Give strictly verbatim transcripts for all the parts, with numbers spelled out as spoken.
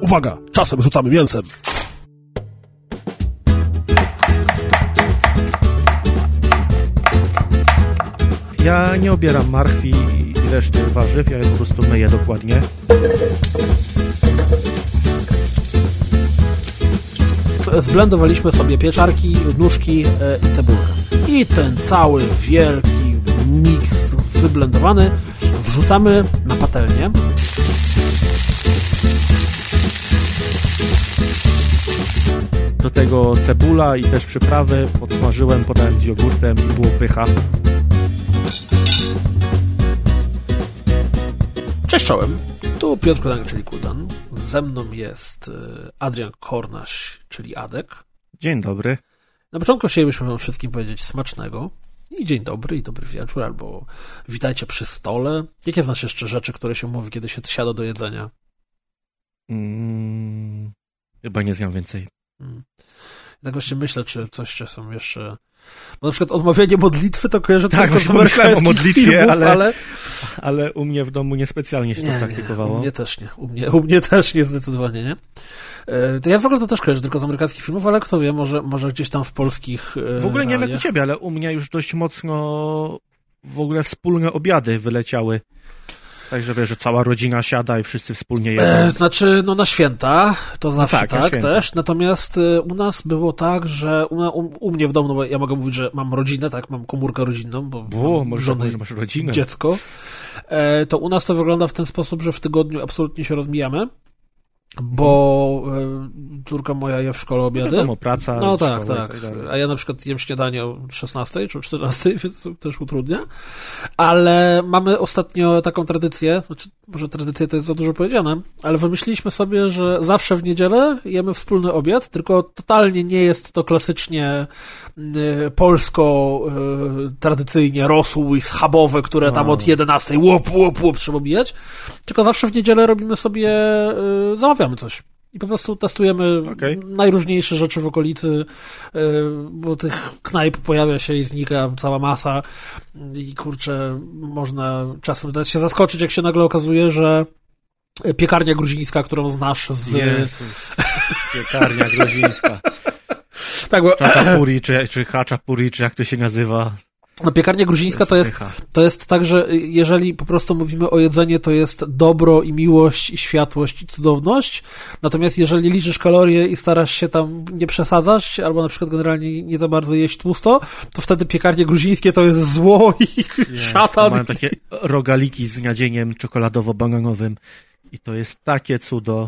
Uwaga, czasem rzucamy mięsem. Ja nie obieram marchwi i reszty warzyw, ja je po prostu myję dokładnie. Zblendowaliśmy sobie pieczarki, nóżki yy, i cebulkę. I ten cały wielki miks wyblendowany wrzucamy na patelnię. Do tego cebula i też przyprawy podsmażyłem, podałem z jogurtem i było pycha. Cześć czołem, tu Piotr Kodanek, czyli Kuldan. Ze mną jest Adrian Kornaś, czyli Adek. Dzień dobry. Na początku chcielibyśmy wam wszystkim powiedzieć smacznego i dzień dobry, i dobry wieczór, albo witajcie przy stole. Jakie znasz jeszcze rzeczy, które się mówi, kiedy się siada do jedzenia? Mm, chyba nie znam więcej. Hmm. Tak właśnie myślę, czy coś są jeszcze... Bo na przykład odmawianie modlitwy to kojarzę tak, tylko z amerykańskich o modlitwie, filmów, ale... ale... ale u mnie w domu niespecjalnie się nie, to praktykowało. Nie, u mnie też nie. U mnie, u mnie też nie, zdecydowanie nie. To ja w ogóle to też kojarzę tylko z amerykańskich filmów, ale kto wie, może, może gdzieś tam w polskich W ogóle nie wiem jak realiach. u ciebie, ale u mnie już dość mocno w ogóle wspólne obiady wyleciały. Także wiesz, że cała rodzina siada i wszyscy wspólnie jedzą. E, znaczy, no na święta, to zawsze no tak, tak, na święta. też. Natomiast e, u nas było tak, że u, u, u mnie w domu, no bo ja mogę mówić, że mam rodzinę, tak, mam komórkę rodzinną, bo Bo, mam może żonę, że masz rodzinę. dziecko. E, to u nas to wygląda w ten sposób, że w tygodniu absolutnie się rozmijamy, bo e, córka moja je w szkole obiady. No wiadomo, praca, No tak, szkoła tak. i tak dalej. A ja na przykład jem śniadanie o szesnastej czy o czternastej, więc to też utrudnia. Ale mamy ostatnio taką tradycję, znaczy może tradycja to jest za dużo powiedziane, ale wymyśliliśmy sobie, że zawsze w niedzielę jemy wspólny obiad, tylko totalnie nie jest to klasycznie y, polsko y, tradycyjnie rosół i schabowe, które tam od jedenastej łop, łop, łop trzeba bijać, tylko zawsze w niedzielę robimy sobie, y, zamawiamy coś. I po prostu testujemy okay. najróżniejsze rzeczy w okolicy, bo tych knajp pojawia się i znika cała masa i kurczę, można czasem dać się zaskoczyć, jak się nagle okazuje, że piekarnia gruzińska, którą znasz z... Jezus, piekarnia gruzińska. Tak, bo... Czaczapuri, czy, czy haczapuri, czy jak to się nazywa... No piekarnia gruzińska to jest, to jest tak, że jeżeli po prostu mówimy o jedzeniu, to jest dobro i miłość i światłość i cudowność, natomiast jeżeli liczysz kalorie i starasz się tam nie przesadzać, albo na przykład generalnie nie za bardzo jeść tłusto, to wtedy piekarnie gruzińskie to jest zło i yes, szatan. Mają takie rogaliki z nadzieniem czekoladowo-bananowym i to jest takie cudo.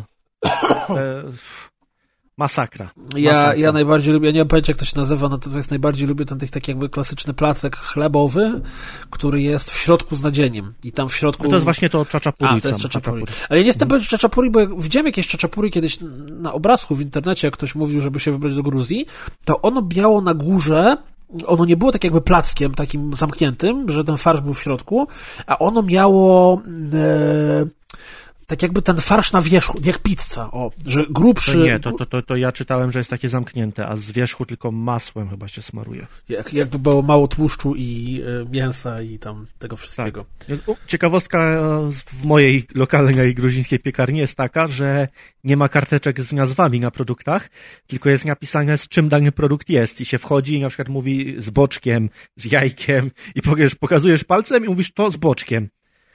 E, Masakra. Ja, Masakra. ja najbardziej lubię, ja nie wiem pojęcia jak to się nazywa, natomiast najbardziej lubię ten taki jakby klasyczny placek chlebowy, który jest w środku z nadzieniem. I tam w środku... No to jest właśnie to czaczapuri. A, to jest czaczapuri. Ale ja nie jestem pewien czaczapuri, bo jak widziałem jakieś czaczapuri kiedyś na obrazku w internecie, jak ktoś mówił, żeby się wybrać do Gruzji, to ono miało na górze, ono nie było tak jakby plackiem takim zamkniętym, że ten farsz był w środku, a ono miało... E, tak jakby ten farsz na wierzchu, jak pizza, o, że grubszy... To nie, to, to, to, to ja czytałem, że jest takie zamknięte, a z wierzchu tylko masłem chyba się smaruje. Jak, jakby było mało tłuszczu i y, mięsa i tam tego wszystkiego. Tak. Ciekawostka w mojej lokalnej gruzińskiej piekarni jest taka, że nie ma karteczek z nazwami na produktach, tylko jest napisane, z czym dany produkt jest i się wchodzi i na przykład mówi z boczkiem, z jajkiem i pokazujesz palcem i mówisz to z boczkiem.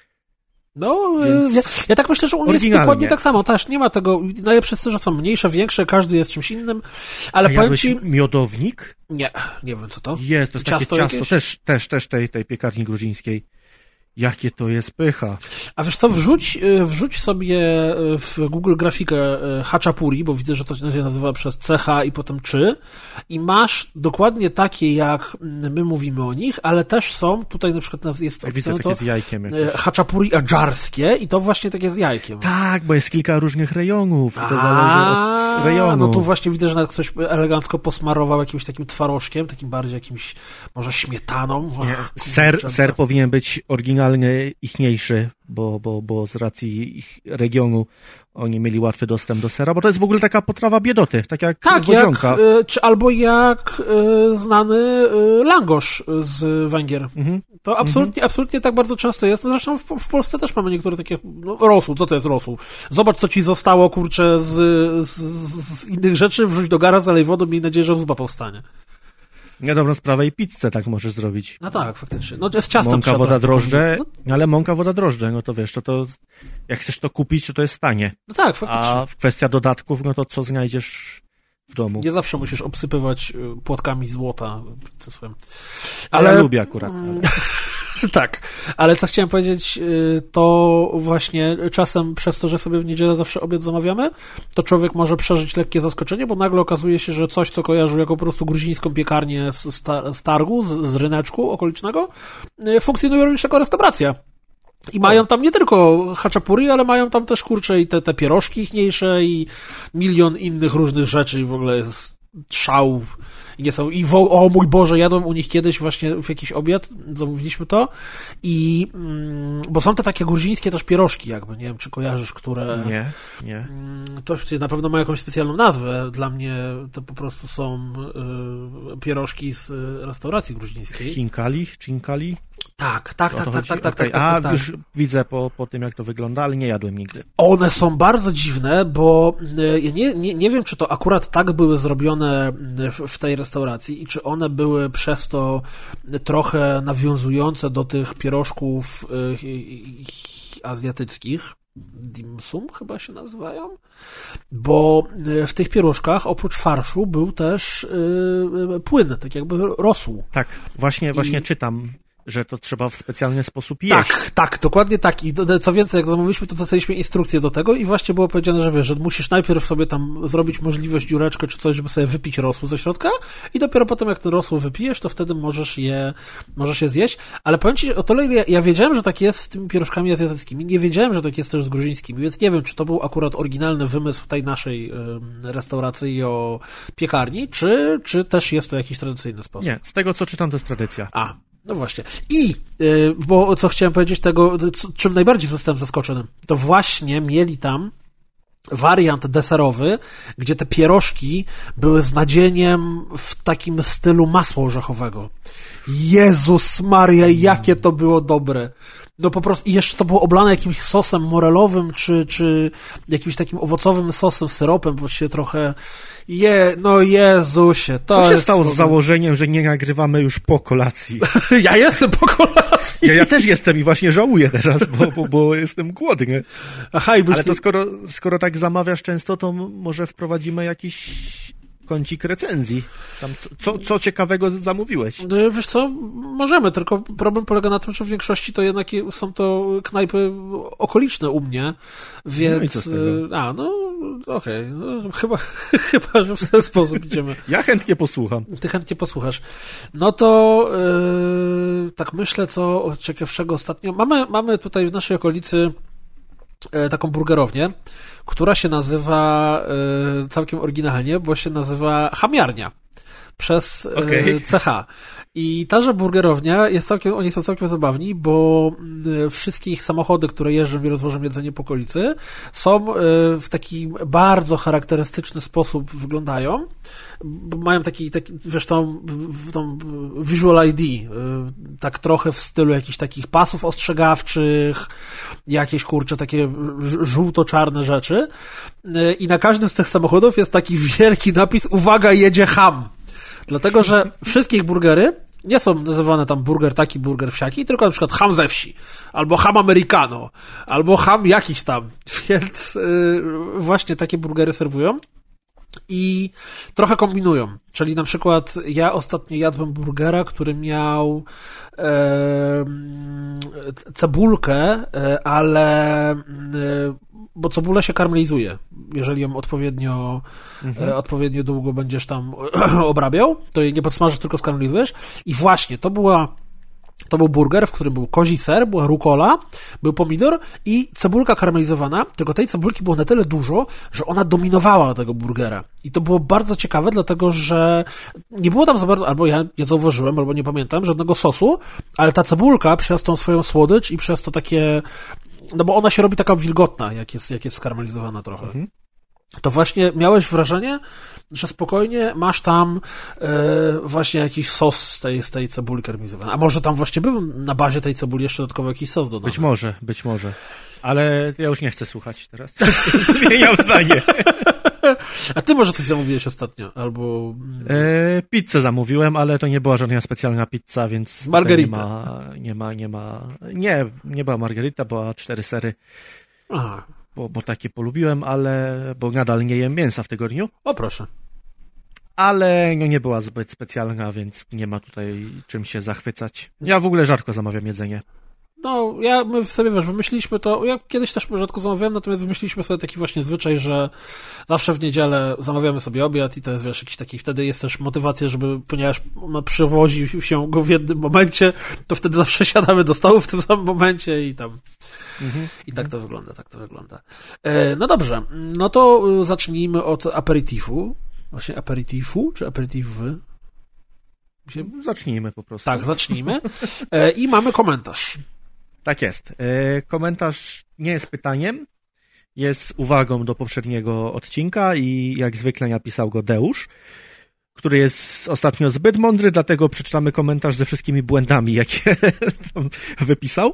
No, ja, ja tak myślę, że u mnie jest dokładnie tak samo. Też nie ma tego, najlepsze jest to, że są mniejsze, większe, każdy jest czymś innym, ale A powiem ci... miodownik? Nie, nie wiem co to. Jest, to jest ciasto takie ciasto, jakieś? też, też, też tej, tej piekarni gruzińskiej. Jakie to jest pycha. A wiesz co, wrzuć, wrzuć sobie w Google grafikę haczapuri, bo widzę, że to się nazywa przez C H i potem czy i masz dokładnie takie, jak my mówimy o nich, ale też są, tutaj na przykład jest ja widzę takie z jajkiem jakieś. haczapuri adżarskie i to właśnie takie z jajkiem. Tak, bo jest kilka różnych rejonów i to A, zależy od rejonu. No tu właśnie widzę, że nawet ktoś elegancko posmarował jakimś takim twarożkiem, takim bardziej jakimś może śmietaną. Nie, ser, ser powinien być oryginalny generalnie ichniejszy, bo, bo, bo z racji ich regionu oni mieli łatwy dostęp do sera, bo to jest w ogóle taka potrawa biedoty, tak jak tak, wodzionka. Jak, czy albo jak y, znany y, langosz z Węgier. Mhm. To absolutnie, mhm. absolutnie tak bardzo często jest. No zresztą w, w Polsce też mamy niektóre takie, no, rosół, co to jest rosół? Zobacz, co ci zostało, kurczę, z, z, z innych rzeczy, wrzuć do gara, zalej wodą, miej nadzieję, że zupa powstanie. Na dobrą sprawę i pizzę tak możesz zrobić. No tak, faktycznie. No z ciastem mąka, trzeba. woda, drożdże, no, ale mąka, woda, drożdże, no to wiesz, to, to jak chcesz to kupić, to to jest tanie. No tak, faktycznie. A w kwestia dodatków, no to co znajdziesz w domu? Nie zawsze musisz obsypywać płatkami złota pizzę swoją. Ale ja lubię akurat. Ale... Tak, ale co chciałem powiedzieć, to właśnie czasem przez to, że sobie w niedzielę zawsze obiad zamawiamy, to człowiek może przeżyć lekkie zaskoczenie, bo nagle okazuje się, że coś, co kojarzył jako po prostu gruzińską piekarnię z, z targu, z, z ryneczku okolicznego, funkcjonuje również jako restauracja. I mają tam nie tylko haczapuri, ale mają tam też, kurcze, i te, te pierożki ichniejsze i milion innych różnych rzeczy i w ogóle jest szał. I nie są, i wo, o mój Boże, jadłem u nich kiedyś właśnie w jakiś obiad, zamówiliśmy to i, mm, bo są te takie gruzińskie też pierożki jakby, nie wiem, czy kojarzysz, które... Nie, nie. Mm, to na pewno ma jakąś specjalną nazwę, dla mnie to po prostu są y, pierożki z restauracji gruzińskiej. Chinkali? Chinkali? Tak, tak, tak, tak, tak, tak, okay. tak, tak. A, tak, tak. już widzę po, po tym, jak to wygląda, ale nie jadłem nigdy. One są bardzo dziwne, bo ja nie, nie, nie wiem, czy to akurat tak były zrobione w, w tej restauracji i czy one były przez to trochę nawiązujące do tych pierożków azjatyckich. Dim sum chyba się nazywają, bo w tych pierożkach oprócz farszu był też yy, płyn, tak jakby rosół. Tak, właśnie, właśnie I... czytam, że to trzeba w specjalny sposób jeść. Tak, tak, dokładnie tak. I co więcej, jak zamówiliśmy, to dostaliśmy instrukcję do tego i właśnie było powiedziane, że wiesz, że musisz najpierw sobie tam zrobić możliwość dziureczkę czy coś, żeby sobie wypić rosół ze środka i dopiero potem, jak ten rosół wypijesz, to wtedy możesz je, możesz je zjeść. Ale powiem ci, o tyle ja, ja wiedziałem, że tak jest z tymi pierożkami azjatyckimi, nie wiedziałem, że tak jest też z gruzińskimi, więc nie wiem, czy to był akurat oryginalny wymysł tej naszej y, restauracji o piekarni, czy, czy też jest to jakiś tradycyjny sposób. Nie, z tego co czytam, to jest tradycja. A. No właśnie. I, yy, bo co chciałem powiedzieć tego, co, czym najbardziej zostałem zaskoczony, to właśnie mieli tam wariant deserowy, gdzie te pierożki były z nadzieniem w takim stylu masła orzechowego. Jezus Maria, jakie to było dobre. No po prostu, i jeszcze to było oblane jakimś sosem morelowym, czy, czy jakimś takim owocowym sosem, syropem, właściwie trochę. Je, no Jezusie, to Co się jest stało z założeniem, że nie nagrywamy już po kolacji? Ja jestem po kolacji. Ja, ja też jestem i właśnie żałuję teraz, bo, bo, bo jestem głodny. Aha, i Ale to skoro, skoro tak zamawiasz często, to może wprowadzimy jakiś kącik recenzji. Tam co, co ciekawego zamówiłeś? Wiesz co, możemy, tylko problem polega na tym, że w większości to jednak są to knajpy okoliczne u mnie, więc... No i co z tego? A, no okej, okay. No, chyba, chyba, że w ten sposób idziemy. Ja chętnie posłucham. Ty chętnie posłuchasz. No to yy, tak myślę, co ciekawszego ostatnio. Mamy, mamy tutaj w naszej okolicy taką burgerownię, która się nazywa y, całkiem oryginalnie, bo się nazywa Chamiarnia przez okay. y, C H. I taże burgerownia jest całkiem, oni są całkiem zabawni, bo y, wszystkie ich samochody, które jeżdżą i rozwożą jedzenie po okolicy, są y, w taki bardzo charakterystyczny sposób wyglądają. Mają taki, taki wiesz, tą, tą Visual I D, y, tak trochę w stylu jakichś takich pasów ostrzegawczych, jakieś, kurcze, takie żółto-czarne rzeczy. Y, I na każdym z tych samochodów jest taki wielki napis: uwaga, jedzie ham. Dlatego, że wszystkie ich burgery nie są nazywane tam burger taki, burger wsiaki, tylko na przykład ham ze wsi, albo ham americano, albo ham jakiś tam. Więc yy, właśnie takie burgery serwują i trochę kombinują. Czyli na przykład ja ostatnio jadłem burgera, który miał e, cebulkę, ale e, bo cebula się karmelizuje. Jeżeli ją odpowiednio, mhm. e, odpowiednio długo będziesz tam obrabiał, to jej nie podsmażysz, tylko skarmelizujesz. I właśnie, to była To był burger, w którym był kozi ser, była rucola, był pomidor i cebulka karmelizowana, tylko tej cebulki było na tyle dużo, że ona dominowała tego burgera. I to było bardzo ciekawe, dlatego że nie było tam za bardzo, albo ja nie zauważyłem, albo nie pamiętam, żadnego sosu, ale ta cebulka przez tą swoją słodycz i przez to takie, no bo ona się robi taka wilgotna, jak jest, jak jest skarmelizowana trochę. Mhm. To właśnie miałeś wrażenie, że spokojnie masz tam e, właśnie jakiś sos z tej, z tej cebuli karmelizowanej. A może tam właśnie był na bazie tej cebuli jeszcze dodatkowo jakiś sos dodany? Być może, być może. Ale ja już nie chcę słuchać teraz. Zmieniam zdanie. A ty może coś zamówiłeś ostatnio, albo... E, pizzę zamówiłem, ale to nie była żadna specjalna pizza, więc... Margarita. Nie ma, nie ma, nie ma... Nie, nie była margarita, była cztery sery. Aha. Bo, bo takie polubiłem, ale... Bo nadal nie jem mięsa w tygodniu. O, proszę. Ale no, nie była zbyt specjalna, więc nie ma tutaj czym się zachwycać. Ja w ogóle rzadko zamawiam jedzenie. No, ja, my sobie, wiesz, wymyśliliśmy to, ja kiedyś też rzadko zamawiałem, natomiast wymyśliliśmy sobie taki właśnie zwyczaj, że zawsze w niedzielę zamawiamy sobie obiad i to jest, wiesz, jakiś taki, wtedy jest też motywacja, żeby, ponieważ przywozi się go w jednym momencie, to wtedy zawsze siadamy do stołu w tym samym momencie i tam, mhm. i tak to wygląda, tak to wygląda. E, no dobrze, no to zacznijmy od aperitifu, właśnie aperitifu, czy aperitiwy? Zacznijmy po prostu. Tak, zacznijmy. E, I mamy komentarz. Tak jest. Komentarz nie jest pytaniem, jest uwagą do poprzedniego odcinka i jak zwykle napisał go Deusz, który jest ostatnio zbyt mądry, dlatego przeczytamy komentarz ze wszystkimi błędami, jakie wypisał.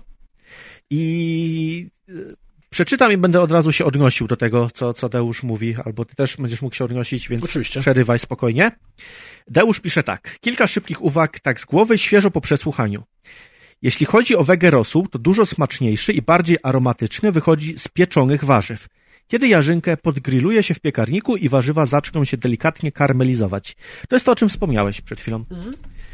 I przeczytam i będę od razu się odnosił do tego, co, co Deusz mówi, albo ty też będziesz mógł się odnosić, więc Oczywiście. Przerywaj spokojnie. Deusz pisze tak. Kilka szybkich uwag tak z głowy, świeżo po przesłuchaniu. Jeśli chodzi o wege rosół, to dużo smaczniejszy i bardziej aromatyczny wychodzi z pieczonych warzyw. Kiedy jarzynkę podgrilluje się w piekarniku i warzywa zaczną się delikatnie karmelizować. To jest to, o czym wspomniałeś przed chwilą. Mhm.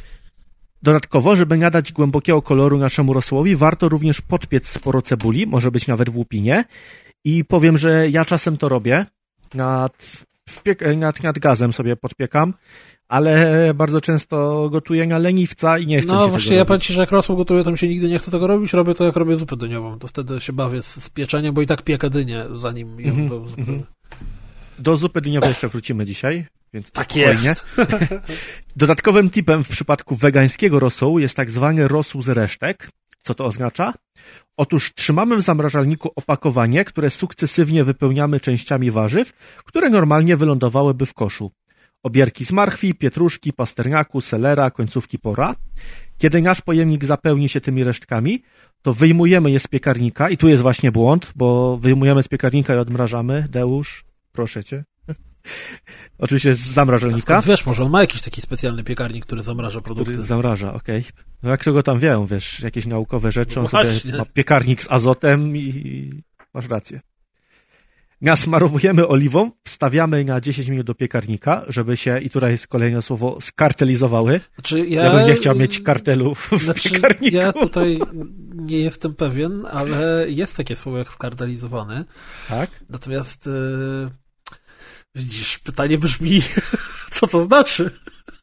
Dodatkowo, żeby nadać głębokiego koloru naszemu rosołowi, warto również podpiec sporo cebuli, może być nawet w łupinie. I powiem, że ja czasem to robię. Nad, wpiek- nad, nad gazem sobie podpiekam, ale bardzo często gotuję na leniwca i nie chcę No się właśnie, tego ja robić. powiem ci, że jak rosół gotuję, to mi się nigdy nie chce tego robić, robię to jak robię zupę dyniową. To wtedy się bawię z, z pieczeniem, bo i tak piekę dynię, zanim ją Mm-hmm, do zupy. mm-hmm. Do zupy dyniowej jeszcze wrócimy dzisiaj, więc tak spokojnie. Jest. Dodatkowym tipem w przypadku wegańskiego rosołu jest tak zwany rosół z resztek. Co to oznacza? Otóż trzymamy w zamrażalniku opakowanie, które sukcesywnie wypełniamy częściami warzyw, które normalnie wylądowałyby w koszu. Obierki z marchwi, pietruszki, pasterniaku, selera, końcówki pora. Kiedy nasz pojemnik zapełni się tymi resztkami, to wyjmujemy je z piekarnika i tu jest właśnie błąd, bo wyjmujemy z piekarnika i odmrażamy. Deusz, proszę cię. Oczywiście z zamrażalnika. Skąd wiesz, może on ma jakiś taki specjalny piekarnik, który zamraża produkty. Który zamraża, okej. Okay. No jak tego tam wie, wiesz, jakieś naukowe rzeczy, no on sobie ma piekarnik z azotem i masz rację. Nasmarowujemy oliwą, wstawiamy na dziesięć minut do piekarnika, żeby się, i tutaj jest kolejne słowo, skartelizowały. Znaczy ja... ja bym nie chciał mieć kartelu w znaczy piekarniku. Ja tutaj nie jestem pewien, ale jest takie słowo jak skartelizowany. Tak? Natomiast yy, widzisz, pytanie brzmi, co to znaczy?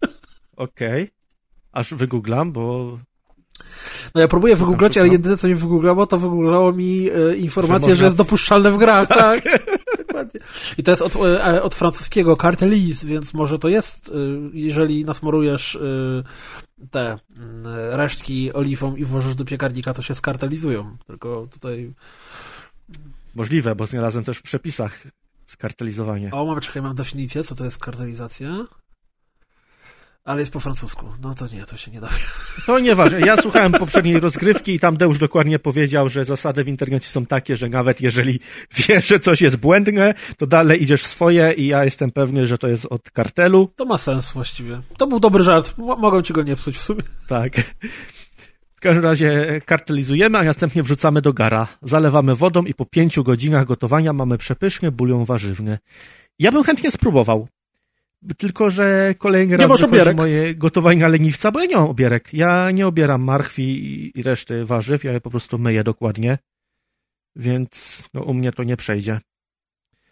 Okej. Okay. Aż wygooglam, bo... No ja próbuję szukam, wygooglać, szukam. Ale jedyne co mi wygooglało, to wygooglało mi e, informację, że, że jest dopuszczalne w grach, tak? tak? Dokładnie. I to jest od, e, od francuskiego cartelis, więc może to jest, e, jeżeli nasmarujesz e, te e, resztki oliwą i włożysz do piekarnika, to się skartelizują. Tylko tutaj... Możliwe, bo znalazłem też w przepisach skartelizowanie. O, mam, czekaj, mam definicję, co to jest kartelizacja. Ale jest po francusku. No to nie, to się nie da. To nieważne. Ja słuchałem poprzedniej rozgrywki i tam Deusz dokładnie powiedział, że zasady w internecie są takie, że nawet jeżeli wiesz, że coś jest błędne, to dalej idziesz w swoje i ja jestem pewny, że to jest od kartelu. To ma sens właściwie. To był dobry żart. M- mogę ci go nie psuć w sumie. Tak. W każdym razie kartelizujemy, a następnie wrzucamy do gara. Zalewamy wodą i po pięciu godzinach gotowania mamy przepyszny bulion warzywny. Ja bym chętnie spróbował. Tylko że kolejny raz wychodzi moje gotowanie na leniwca, bo ja nie mam obierek. Ja nie obieram marchwi i reszty warzyw, ja je po prostu myję dokładnie. Więc no, u mnie to nie przejdzie.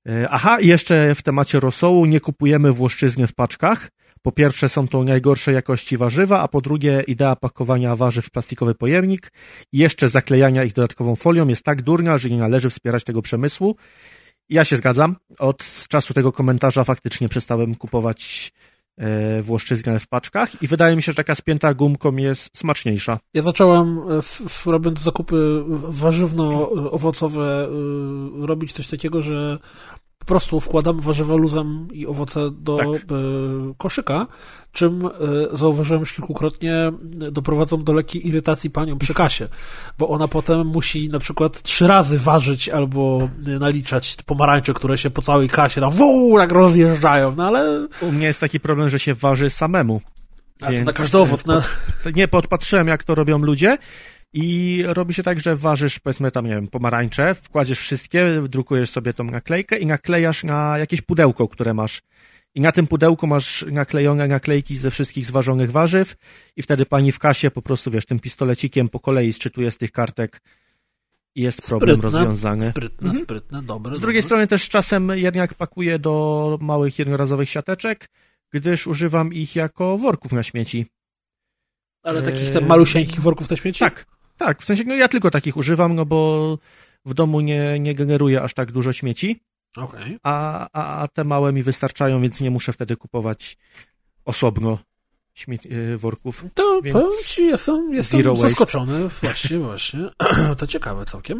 Aha, i jeszcze w temacie rosołu nie kupujemy włoszczyzny w paczkach. Po pierwsze są to najgorszej jakości warzywa, a po drugie idea pakowania warzyw w plastikowy pojemnik i jeszcze zaklejania ich dodatkową folią jest tak durna, że nie należy wspierać tego przemysłu. Ja się zgadzam. Od czasu tego komentarza faktycznie przestałem kupować e, włoszczyznę w paczkach i wydaje mi się, że taka spięta gumką jest smaczniejsza. Ja zacząłem, w, w, robiąc zakupy warzywno-owocowe, y, robić coś takiego, że po prostu wkładam warzywa luzem i owoce do tak. koszyka, czym zauważyłem już kilkukrotnie, doprowadzą do lekkiej irytacji panią przy kasie, bo ona potem musi na przykład trzy razy ważyć albo naliczać pomarańcze, które się po całej kasie tam wuu, tak rozjeżdżają, no ale... U mnie jest taki problem, że się waży samemu. A więc to na każdy owoc, no. Pod, nie, podpatrzyłem, jak to robią ludzie. I robi się tak, że ważysz, powiedzmy tam, nie wiem, pomarańcze, wkładziesz wszystkie, drukujesz sobie tą naklejkę i naklejasz na jakieś pudełko, które masz. I na tym pudełku masz naklejone naklejki ze wszystkich zważonych warzyw i wtedy pani w kasie po prostu, wiesz, tym pistolecikiem po kolei sczytuje z tych kartek i jest problem sprytne, rozwiązany. Sprytne, mhm. sprytne, dobre. Z drugiej dobre. strony też czasem jednak pakuję do małych jednorazowych siateczek, gdyż używam ich jako worków na śmieci. Ale takich tam malusieńkich worków na śmieci? Tak. Tak, w sensie, no ja tylko takich używam, no bo w domu nie, nie generuję aż tak dużo śmieci, okay. a, a, a te małe mi wystarczają, więc nie muszę wtedy kupować osobno śmieci, yy, worków. To więc powiem ci, jestem, jestem zaskoczony, właśnie, właśnie. To ciekawe całkiem.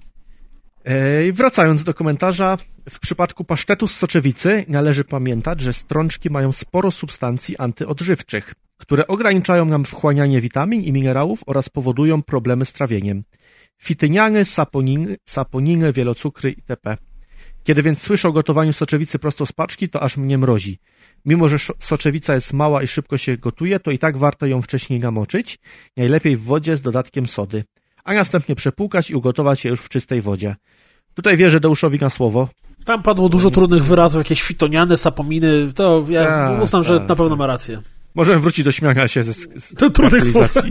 Yy, wracając do komentarza, w przypadku pasztetu z soczewicy należy pamiętać, że strączki mają sporo substancji antyodżywczych, które ograniczają nam wchłanianie witamin i minerałów oraz powodują problemy z trawieniem. Fityniany, saponiny, saponiny, wielocukry itp. Kiedy więc słyszę o gotowaniu soczewicy prosto z paczki, to aż mnie mrozi. Mimo że soczewica jest mała i szybko się gotuje, to i tak warto ją wcześniej namoczyć, najlepiej w wodzie z dodatkiem sody, a następnie przepłukać i ugotować je już w czystej wodzie. Tutaj wierzę Deuszowi na słowo. Tam padło dużo trudnych wyrazów, jakieś fitoniany, sapominy, to ja ta, uznam, ta, że na pewno ma rację. Możemy wrócić do śmiania się z, z to trudnych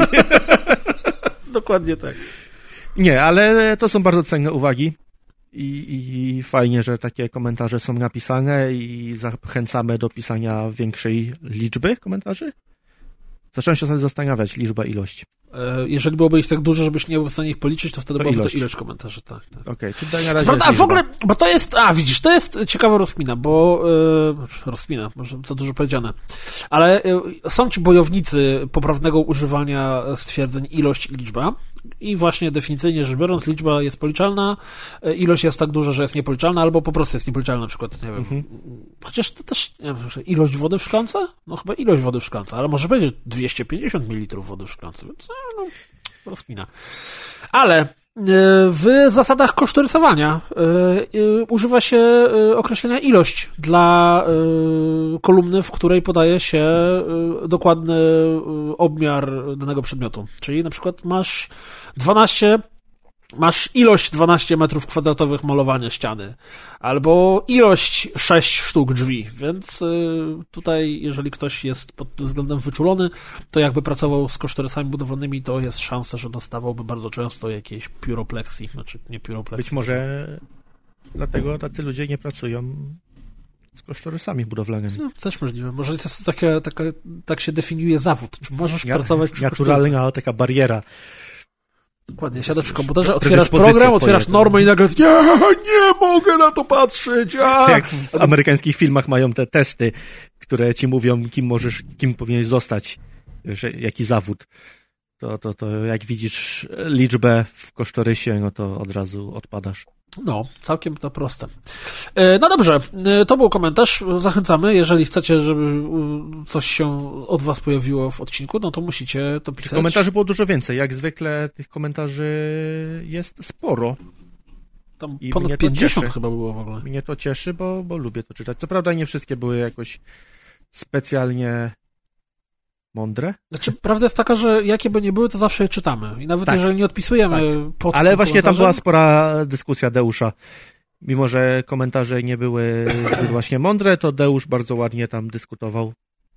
Dokładnie tak. Nie, ale to są bardzo cenne uwagi i, i fajnie, że takie komentarze są napisane i zachęcamy do pisania większej liczby komentarzy. Zacząłem się sobie zastanawiać, liczba, ilość. Jeżeli byłoby ich tak dużo, żebyś nie był w stanie ich policzyć, to wtedy to byłaby ilość. to ilość komentarzy, tak. tak. Okej, okay, czyli na razie prawda, a w ogóle, bo to jest, a widzisz, to jest ciekawa rozkmina, bo, yy, rozkmina, może za dużo powiedziane, ale yy, są ci bojownicy poprawnego używania stwierdzeń ilość i liczba i właśnie definicyjnie rzecz biorąc, liczba jest policzalna, ilość jest tak duża, że jest niepoliczalna, albo po prostu jest niepoliczalna, na przykład, nie wiem, mhm. chociaż to też, nie wiem, ilość wody w szklance? No chyba ilość wody w szklance, ale może będzie dwieście pięćdziesiąt mililitrów wody w szklance, więc no, rozkmina. Ale w zasadach kosztorysowania używa się określenia ilość dla kolumny, w której podaje się dokładny obmiar danego przedmiotu. Czyli na przykład masz dwanaście Masz ilość dwanaście metrów kwadratowych malowania ściany, albo ilość sześć sztuk drzwi, więc tutaj, jeżeli ktoś jest pod tym względem wyczulony, to jakby pracował z kosztorysami budowlanymi, to jest szansa, że dostawałby bardzo często jakieś pióroplexi, znaczy nie pióroplexi. Być może dlatego tacy ludzie nie pracują z kosztorysami budowlanymi. No, też możliwe. Może to jest taka, taka, tak się definiuje zawód. Czy możesz ja, pracować przy naturalna taka bariera. Dokładnie, siadasz przy komputerze, otwierasz program, otwierasz normę i nagle nie, nie mogę na to patrzeć. A! Jak w amerykańskich filmach mają te testy, które ci mówią, kim możesz, kim powinieneś zostać, że, jaki zawód. To, to, to jak widzisz liczbę w kosztorysie, no to od razu odpadasz. No, całkiem to proste. No dobrze, to był komentarz. Zachęcamy, jeżeli chcecie, żeby coś się od was pojawiło w odcinku, no to musicie to pisać. Komentarzy było dużo więcej. Jak zwykle tych komentarzy jest sporo. Tam I ponad pięćdziesiąt chyba było w ogóle. Mnie to cieszy, bo, bo lubię to czytać. Co prawda nie wszystkie były jakoś specjalnie mądre. Znaczy, prawda jest taka, że jakie by nie były, to zawsze je czytamy. I nawet tak, jeżeli nie odpisujemy tak. pod Ale właśnie tam była spora dyskusja Deusza. Mimo że komentarze nie były właśnie mądre, to Deusz bardzo ładnie tam dyskutował.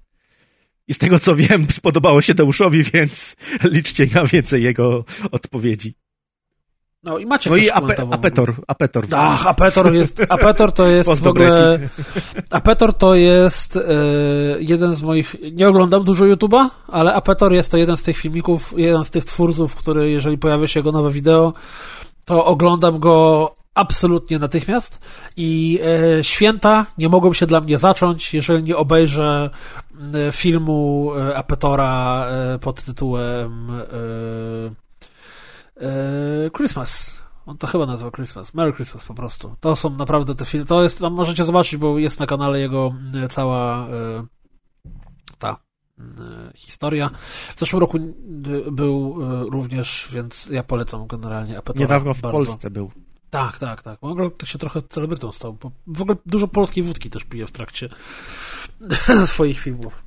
I z tego co wiem, spodobało się Deuszowi, więc liczcie na więcej jego odpowiedzi. No i Maciek No też i komentował. Apetor, Apetor. Ach, Apetor jest, Apetor to jest w ogóle, Apetor to jest e, jeden z moich, nie oglądam dużo YouTube'a, ale Apetor jest to jeden z tych filmików, jeden z tych twórców, który jeżeli pojawia się jego nowe wideo, to oglądam go absolutnie natychmiast i e, święta nie mogą się dla mnie zacząć, jeżeli nie obejrzę e, filmu e, Apetora e, pod tytułem e, e, Christmas. On to chyba nazywa Christmas. Merry Christmas po prostu. To są naprawdę te filmy. To jest, tam możecie zobaczyć, bo jest na kanale jego e, cała e, ta e, historia. W zeszłym roku e, był e, również, więc ja polecam generalnie Apetora. Niedawno w bardzo. Polsce był. Tak, tak, tak. W ogóle tak się trochę celebrytą stał, bo w ogóle dużo polskiej wódki też pije w trakcie swoich filmów.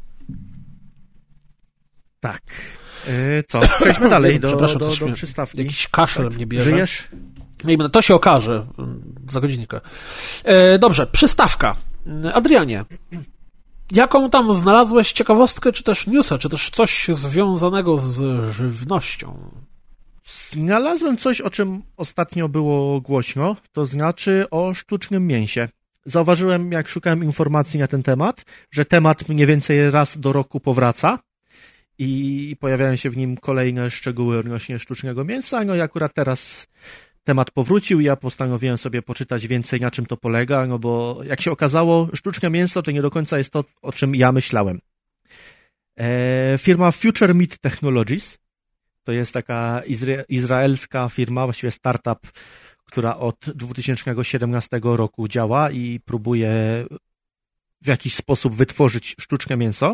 Tak. Yy, co? Przejdźmy dalej do, Przepraszam, do, coś do mnie- przystawki. Jakiś kaszel Tak. mnie bierze. Żyjesz? Miejmy, to się okaże za godzinkę. E, dobrze, przystawka. Adrianie, jaką tam znalazłeś ciekawostkę, czy też newsa, czy też coś związanego z żywnością? Znalazłem coś, o czym ostatnio było głośno, to znaczy o sztucznym mięsie. Zauważyłem, jak szukałem informacji na ten temat, że temat mniej więcej raz do roku powraca i pojawiają się w nim kolejne szczegóły odnośnie sztucznego mięsa. No i akurat teraz temat powrócił i ja postanowiłem sobie poczytać więcej, na czym to polega, no bo jak się okazało, sztuczne mięso to nie do końca jest to, o czym ja myślałem. E, firma Future Meat Technologies, to jest taka izra- izraelska firma, właściwie startup, która od dwa tysiące siedemnastego roku działa i próbuje w jakiś sposób wytworzyć sztuczne mięso.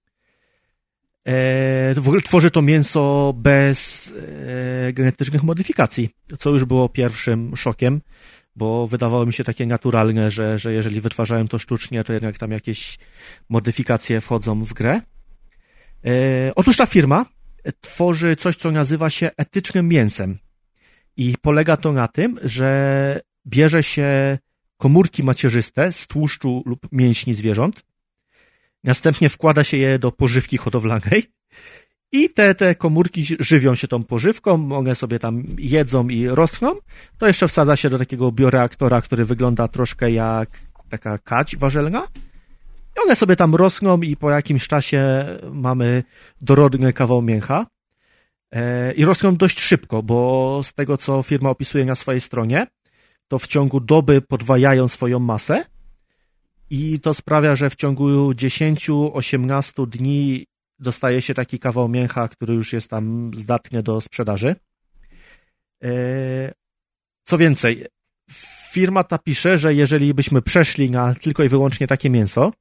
E, w ogóle tworzy to mięso bez e, genetycznych modyfikacji, co już było pierwszym szokiem, bo wydawało mi się takie naturalne, że, że jeżeli wytwarzają to sztucznie, to jednak tam jakieś modyfikacje wchodzą w grę. E, otóż ta firma tworzy coś, co nazywa się etycznym mięsem i polega to na tym, że bierze się komórki macierzyste z tłuszczu lub mięśni zwierząt, następnie wkłada się je do pożywki hodowlanej i te, te komórki żywią się tą pożywką, one sobie tam jedzą i rosną, to jeszcze wsadza się do takiego bioreaktora, który wygląda troszkę jak taka kać warzelna i one sobie tam rosną i po jakimś czasie mamy dorodny kawał mięcha i rosną dość szybko, bo z tego, co firma opisuje na swojej stronie, to w ciągu doby podwajają swoją masę i to sprawia, że w ciągu dziesięć do osiemnastu dni dostaje się taki kawał mięcha, który już jest tam zdatny do sprzedaży. Co więcej, firma ta pisze, że jeżeli byśmy przeszli na tylko i wyłącznie takie mięso,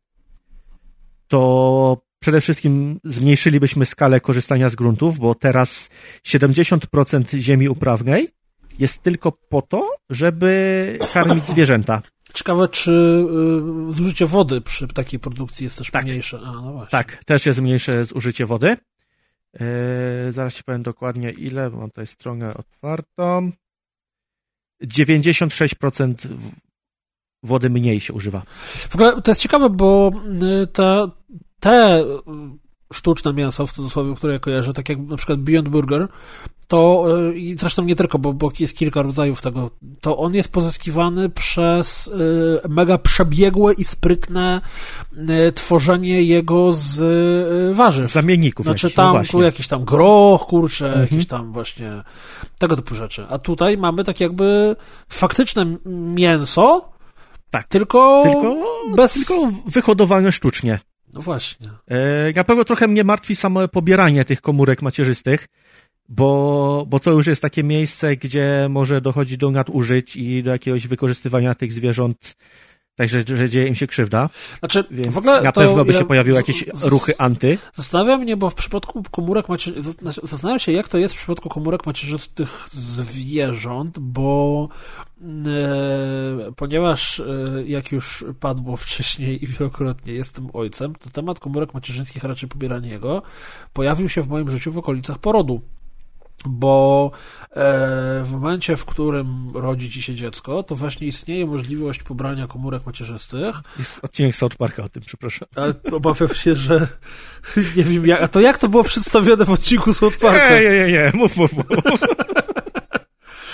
to przede wszystkim zmniejszylibyśmy skalę korzystania z gruntów, bo teraz siedemdziesiąt procent ziemi uprawnej jest tylko po to, żeby karmić zwierzęta. Ciekawe, czy y, zużycie wody przy takiej produkcji jest też tak. mniejsze. A, no właśnie. Tak, też jest mniejsze zużycie wody. Yy, zaraz ci powiem dokładnie ile, bo mam tutaj stronę otwartą. dziewięćdziesiąt sześć procent wody mniej się używa. W ogóle to jest ciekawe, bo te, te sztuczne mięso, w cudzysłowie, które ja kojarzę, tak jak na przykład Beyond Burger, to i zresztą nie tylko, bo, bo jest kilka rodzajów tego, to on jest pozyskiwany przez y, mega przebiegłe i sprytne y, tworzenie jego z y, warzyw. Zamienników. Znaczy jakiś, tam, no tu jakiś tam groch, kurczę, mhm. jakieś tam właśnie tego typu rzeczy. A tutaj mamy tak jakby faktyczne mięso, tak. tylko, tylko bez... tylko wyhodowane sztucznie. No właśnie. E, na pewno trochę mnie martwi samo pobieranie tych komórek macierzystych, bo, bo to już jest takie miejsce, gdzie może dochodzić do nadużyć i do jakiegoś wykorzystywania tych zwierząt, także że dzieje im się krzywda. Znaczy, Więc w ogóle na pewno by ja, się pojawiły jakieś z, ruchy anty. Zastanawia mnie, bo w przypadku komórek macierzystych, zastanawiam się, jak to jest w przypadku komórek macierzystych zwierząt, bo e, ponieważ e, jak już padło wcześniej i wielokrotnie jestem ojcem, to temat komórek macierzyńskich, a raczej pobieranie jego, pojawił się w moim życiu w okolicach porodu. Bo e, w momencie, w którym rodzi ci się dziecko, to właśnie istnieje możliwość pobrania komórek macierzystych. Jest odcinek South Parka o tym, przepraszam. Ale obawiam się, że nie wiem jak, a to jak to było przedstawione w odcinku South Parka? Nie, nie, nie, nie, mów, mów, mów.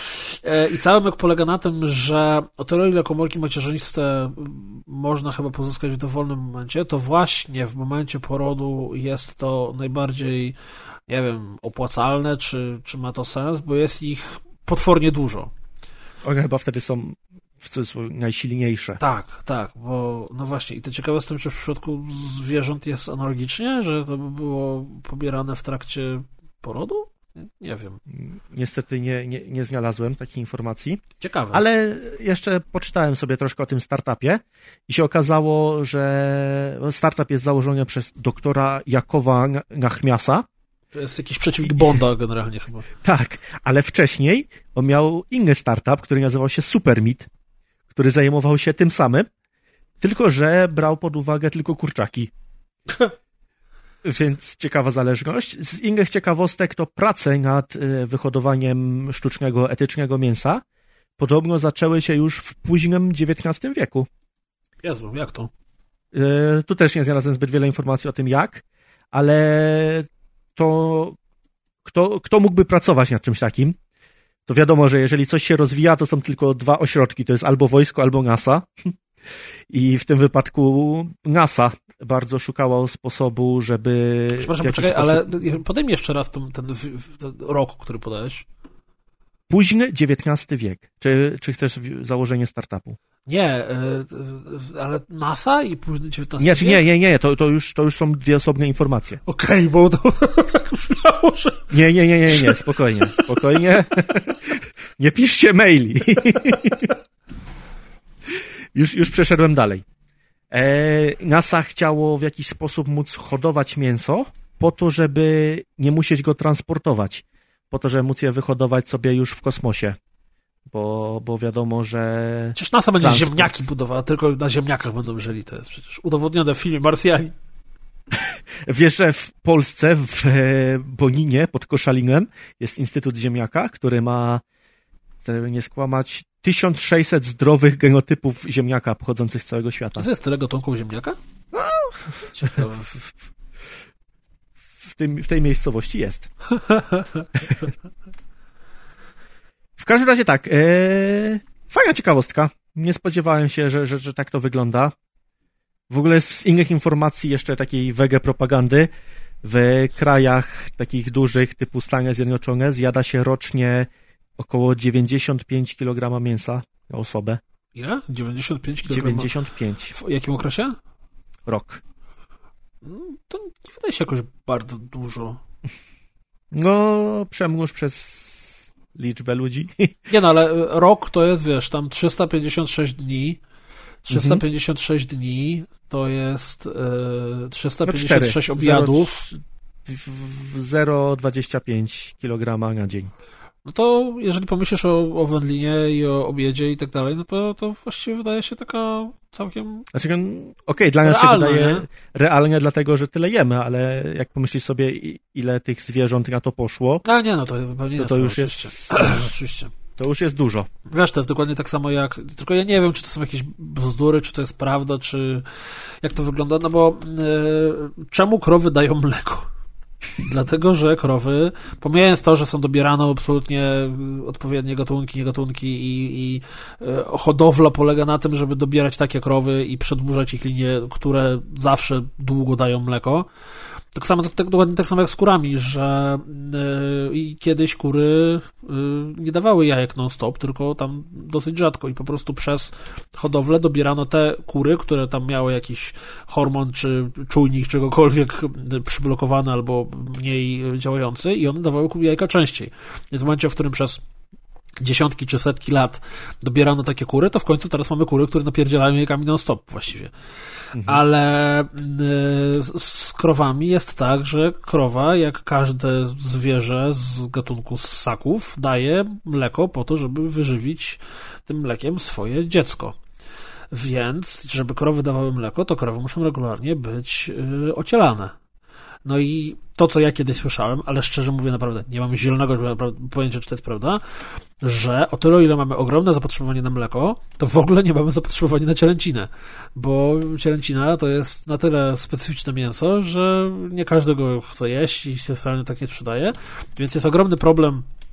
I cały myk polega na tym, że o tyle, ile komórki macierzyste można chyba pozyskać w dowolnym momencie, to właśnie w momencie porodu jest to najbardziej, nie wiem, opłacalne, czy, czy ma to sens, bo jest ich potwornie dużo. One chyba wtedy są w cudzysłowie najsilniejsze. Tak, tak, bo no właśnie i to ciekawe z tym, czy w przypadku zwierząt jest analogicznie, że to by było pobierane w trakcie porodu? Nie, nie wiem. Niestety nie, nie, nie znalazłem takiej informacji. Ciekawe. Ale jeszcze poczytałem sobie troszkę o tym startupie i się okazało, że startup jest założony przez doktora Jakowa Nachmiasa. To jest jakiś przeciwnik Bonda generalnie chyba. Tak, ale wcześniej on miał inny startup, który nazywał się Supermeat, który zajmował się tym samym, tylko że brał pod uwagę tylko kurczaki. Więc ciekawa zależność. Z innych ciekawostek to prace nad wyhodowaniem sztucznego, etycznego mięsa podobno zaczęły się już w późnym dziewiętnastym wieku. Jezu, jak to? Tu też nie znalazłem zbyt wiele informacji o tym jak, ale to kto, kto mógłby pracować nad czymś takim? To wiadomo, że jeżeli coś się rozwija, to są tylko dwa ośrodki, to jest albo wojsko, albo NASA. I w tym wypadku NASA bardzo szukało sposobu, żeby... Przepraszam, poczekaj, sposób... ale podaj mi jeszcze raz ten, ten, ten rok, który podałeś. Późny dziewiętnasty wiek. Czy, czy chcesz założenie startupu? Nie, ale NASA i późny dziewiętnasty nie, wiek? Nie, nie, nie, to, to, już, to już są dwie osobne informacje. Okej, okay, bo to, to tak brzmiało, że... Nie, nie, nie, nie, nie, spokojnie, spokojnie. Nie piszcie maili. Już, już przeszedłem dalej. E, NASA chciało w jakiś sposób móc hodować mięso po to, żeby nie musieć go transportować. Po to, żeby móc je wyhodować sobie już w kosmosie. Bo, bo wiadomo, że... Przecież NASA będzie transport... ziemniaki budowała, tylko na ziemniakach będą żyli. To jest przecież udowodnione w filmie Marsjanie. Wiesz, że w Polsce, w Boninie pod Koszalinem jest Instytut Ziemniaka, który ma, żeby nie skłamać, tysiąc sześćset zdrowych genotypów ziemniaka pochodzących z całego świata. A to jest tyle gatunków ziemniaka? No, ciekawe. W, w, tym, w tej miejscowości jest. W każdym razie tak, ee, fajna ciekawostka. Nie spodziewałem się, że, że, że tak to wygląda. W ogóle z innych informacji jeszcze takiej wege propagandy. W krajach takich dużych typu Stany Zjednoczone zjada się rocznie około dziewięćdziesiąt pięć kilogramów mięsa na osobę. Ile? dziewięćdziesiąt pięć kilogramów? dziewięćdziesiąt pięć. W jakim okresie? Rok. To nie wydaje się jakoś bardzo dużo. No, przemnóż przez liczbę ludzi. Nie no, ale rok to jest, wiesz, tam trzysta pięćdziesiąt sześć dni. trzysta pięćdziesiąt sześć mhm. dni to jest e, trzysta pięćdziesiąt sześć no obiadów. zero przecinek dwadzieścia pięć kilograma na dzień. No to jeżeli pomyślisz o, o wędlinie i o obiedzie i tak dalej, no to, to właściwie wydaje się taka całkiem Znaczy, okej, okay, dla nas realne, się wydaje nie? realnie, dlatego, że tyle jemy, ale jak pomyślisz sobie, ile tych zwierząt na to poszło, a nie, no to jest zupełnie to, to już oczywiście. jest... oczywiście. To już jest dużo. Wiesz, to jest dokładnie tak samo jak... Tylko ja nie wiem, czy to są jakieś bzdury, czy to jest prawda, czy jak to wygląda, no bo yy, czemu krowy dają mleko? Dlatego, że krowy, pomijając to, że są dobierane absolutnie odpowiednie gatunki, gatunki i, i hodowla polega na tym, żeby dobierać takie krowy i przedłużać ich linie, które zawsze długo dają mleko. Tak samo, tak, dokładnie tak samo jak z kurami, że yy, kiedyś kury yy, nie dawały jajek non-stop, tylko tam dosyć rzadko i po prostu przez hodowlę dobierano te kury, które tam miały jakiś hormon, czy czujnik, czegokolwiek przyblokowany albo mniej działający i one dawały jajka częściej. Więc w momencie, w którym przez dziesiątki czy setki lat dobierano takie kury, to w końcu teraz mamy kury, które napierdzielają jajkami non-stop właściwie. Mhm. Ale y, z krowami jest tak, że krowa, jak każde zwierzę z gatunku ssaków, daje mleko po to, żeby wyżywić tym mlekiem swoje dziecko. Więc, żeby krowy dawały mleko, to krowy muszą regularnie być y, ocielane. No i to, co ja kiedyś słyszałem, ale szczerze mówię, naprawdę nie mam zielonego pojęcia, czy to jest prawda, że o tyle, ile mamy ogromne zapotrzebowanie na mleko, to w ogóle nie mamy zapotrzebowania na cielęcinę, bo cielęcina to jest na tyle specyficzne mięso, że nie każdy go chce jeść i się wcale tak nie sprzedaje, więc jest ogromny problem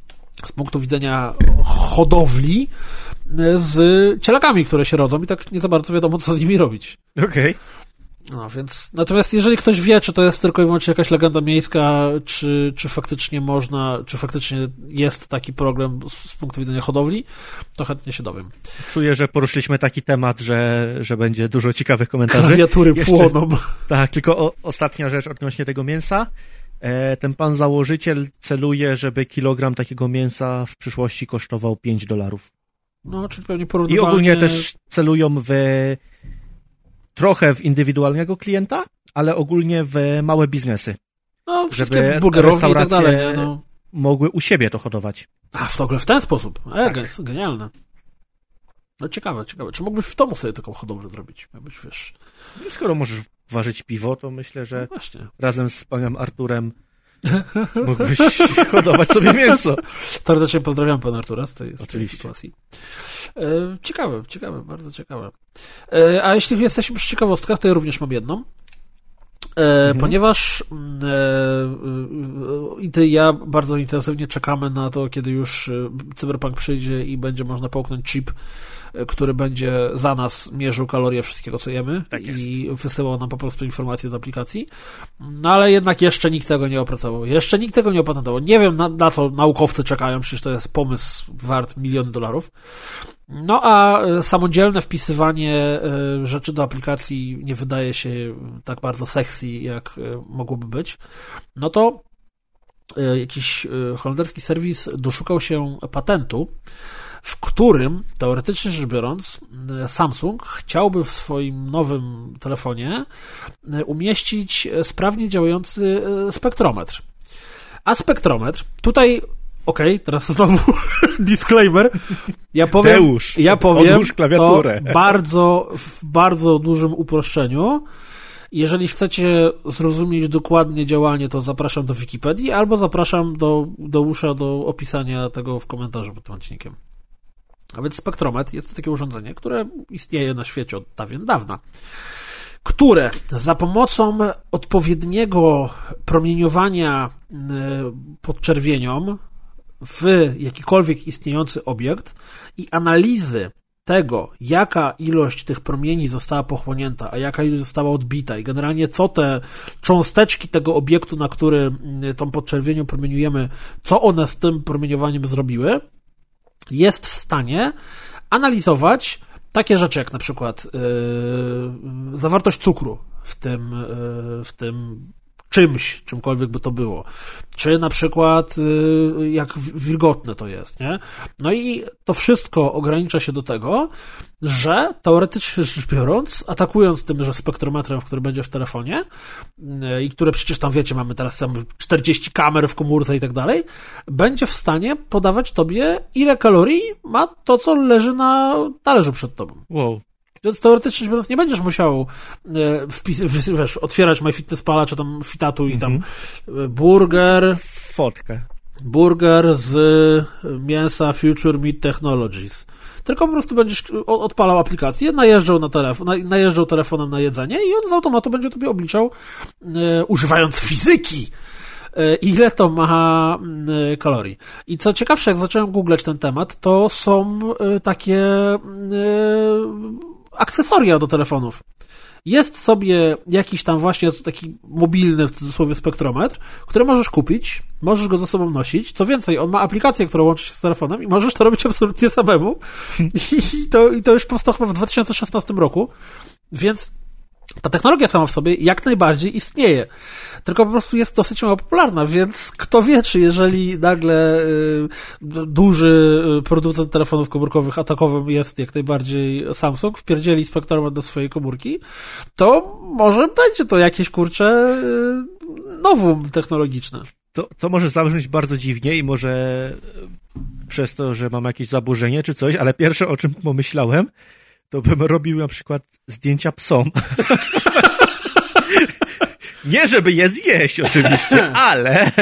z punktu widzenia hodowli z cielakami, które się rodzą i tak nie za bardzo wiadomo, co z nimi robić. Okej. Okay. No więc, natomiast jeżeli ktoś wie, czy to jest tylko i wyłącznie jakaś legenda miejska, czy, czy faktycznie można, czy faktycznie jest taki problem z, z punktu widzenia hodowli, to chętnie się dowiem. Czuję, że poruszyliśmy taki temat, że, że będzie dużo ciekawych komentarzy. Klawiatury płoną. Tak, tylko o, ostatnia rzecz odnośnie tego mięsa. E, ten pan założyciel celuje, żeby kilogram takiego mięsa w przyszłości kosztował pięć dolarów. No, czyli pewnie porównywalnie... I ogólnie też celują w trochę w indywidualnego klienta, ale ogólnie w małe biznesy. No, wszystkie burgerownie i tak dalej. No. Mogły u siebie to hodować. A, w ogóle w ten sposób. E, tak. Genialne. No ciekawe, ciekawe. Czy mógłbyś w domu sobie taką hodowlę zrobić? Jakbyś, wiesz... No, skoro możesz ważyć piwo, to myślę, że no właśnie. Razem z panem Arturem mógłbyś hodować sobie mięso. Serdecznie pozdrawiam pana Artura z tej, z tej Oczywiście. sytuacji. E, ciekawe, ciekawe, bardzo ciekawe. E, a jeśli jesteśmy przy ciekawostkach, to ja również mam jedną. E, mhm. Ponieważ e, i ty i ja bardzo intensywnie czekamy na to, kiedy już Cyberpunk przyjdzie i będzie można połknąć chip, który będzie za nas mierzył kalorie wszystkiego, co jemy tak i wysyłał nam po prostu informacje z aplikacji. No ale jednak jeszcze nikt tego nie opracował. Jeszcze nikt tego nie opatentował. Nie wiem, na, na co naukowcy czekają, przecież to jest pomysł wart miliony dolarów. No a samodzielne wpisywanie rzeczy do aplikacji nie wydaje się tak bardzo sexy, jak mogłoby być. No to jakiś holenderski serwis doszukał się patentu, w którym, teoretycznie rzecz biorąc, Samsung chciałby w swoim nowym telefonie umieścić sprawnie działający spektrometr. A spektrometr, tutaj, okej, okay, teraz znowu disclaimer, ja powiem, Deusz, ja powiem to bardzo, w bardzo dużym uproszczeniu. Jeżeli chcecie zrozumieć dokładnie działanie, to zapraszam do Wikipedii albo zapraszam do, do usza do opisania tego w komentarzu pod tym odcinkiem. A więc spektrometr jest to takie urządzenie, które istnieje na świecie od dawien dawna, które za pomocą odpowiedniego promieniowania podczerwieniom w jakikolwiek istniejący obiekt i analizy tego, jaka ilość tych promieni została pochłonięta, a jaka ilość została odbita i generalnie co te cząsteczki tego obiektu, na który tą podczerwienią promieniujemy, co one z tym promieniowaniem zrobiły, jest w stanie analizować takie rzeczy jak na przykład yy, zawartość cukru w tym, yy, w tym czymś, czymkolwiek by to było. Czy na przykład yy, jak wilgotne to jest, nie? No i to wszystko ogranicza się do tego, że teoretycznie rzecz biorąc, atakując tym, że spektrometrem, który będzie w telefonie yy, i które przecież tam wiecie, mamy teraz tam czterdzieści kamer w komórce i tak dalej, będzie w stanie podawać tobie, ile kalorii ma to, co leży na talerzu przed tobą. Wow. Więc teoretycznie biorąc nie będziesz musiał wpis, wiesz, otwierać MyFitnessPala czy tam Fitatu i tam mm-hmm. burger. Fotkę. Burger z mięsa Future Meat Technologies. Tylko po prostu będziesz odpalał aplikację, najeżdżał na telefon, najeżdżał telefonem na jedzenie i on z automatu będzie tobie obliczał, e, używając fizyki, e, ile to ma e, kalorii. I co ciekawsze, jak zacząłem googleć ten temat, to są e, takie e, akcesoria do telefonów. Jest sobie jakiś tam właśnie taki mobilny, w cudzysłowie, spektrometr, który możesz kupić, możesz go ze sobą nosić. Co więcej, on ma aplikację, która łączy się z telefonem i możesz to robić absolutnie samemu. I to, i to już powstało chyba w dwa tysiące szesnastym roku, więc ta technologia sama w sobie jak najbardziej istnieje. Tylko po prostu jest dosyć mało popularna, więc kto wie, czy jeżeli nagle y, duży producent telefonów komórkowych atakowym jest jak najbardziej Samsung, wpierdzieli spektrometr do swojej komórki, to może będzie to jakieś, kurcze, y, nowum technologiczne. To, to może zabrzmieć bardzo dziwnie i może przez to, że mam jakieś zaburzenie czy coś, ale pierwsze, o czym pomyślałem, to bym robił na przykład zdjęcia psom. Nie, żeby je zjeść oczywiście, ale